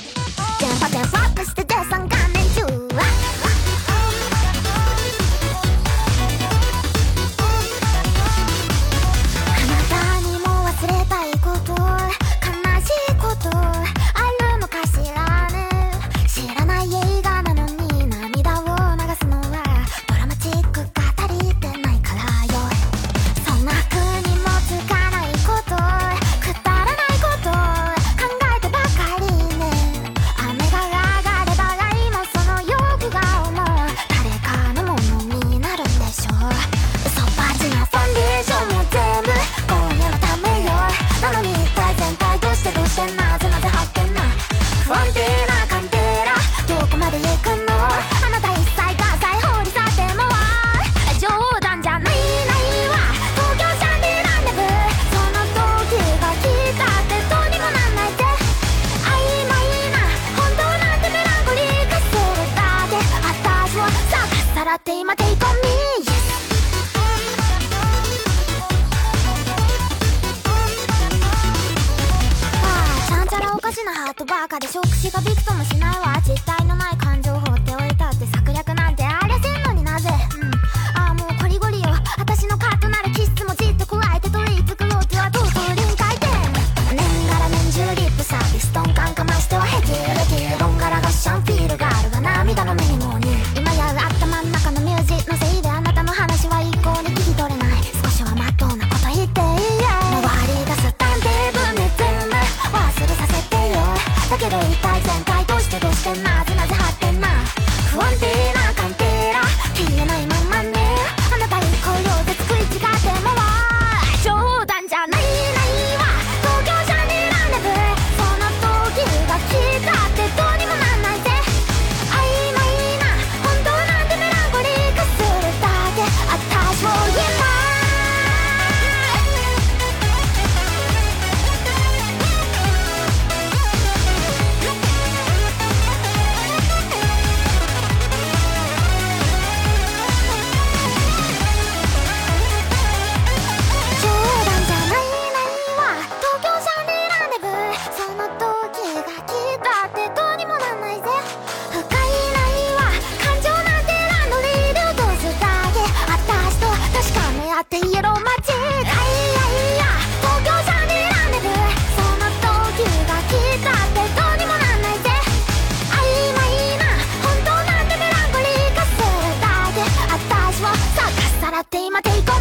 バカで触手がびくともしないわ。実体のない感情放っておいたって策略なんてありゃせんのになぜ、もうこりごりよ。私のカッとなるキスもじっと加えて取り繕う手はとうとう臨界点。年がら年中リップサービストンカンかましてはヘキレキロンガラガッシャンフィールがあるが涙の目にもに今やる頭の中のミュージのせいであなたの話は一向に聞き取れない。少しはまっとうなこと言って回り出す探偵文明全部忘れさせてよ。だけど一体全体としてどうしてなぜ発展な不安定な鑑定ら消えないままね。あなたにこようで作り違ってもは冗談じゃないないわ。東京じゃねえらんねぶその時が来たってどうにもなんないぜ。曖昧な本当なんてメランコリー化するだけ私を言えない。ってイエローマジックいやいや東京じゃねえらんねぶその時が来たってどうにもなんないぜ。曖昧な本当なんてメランコリー化するだけ私をさかさらって今抵抗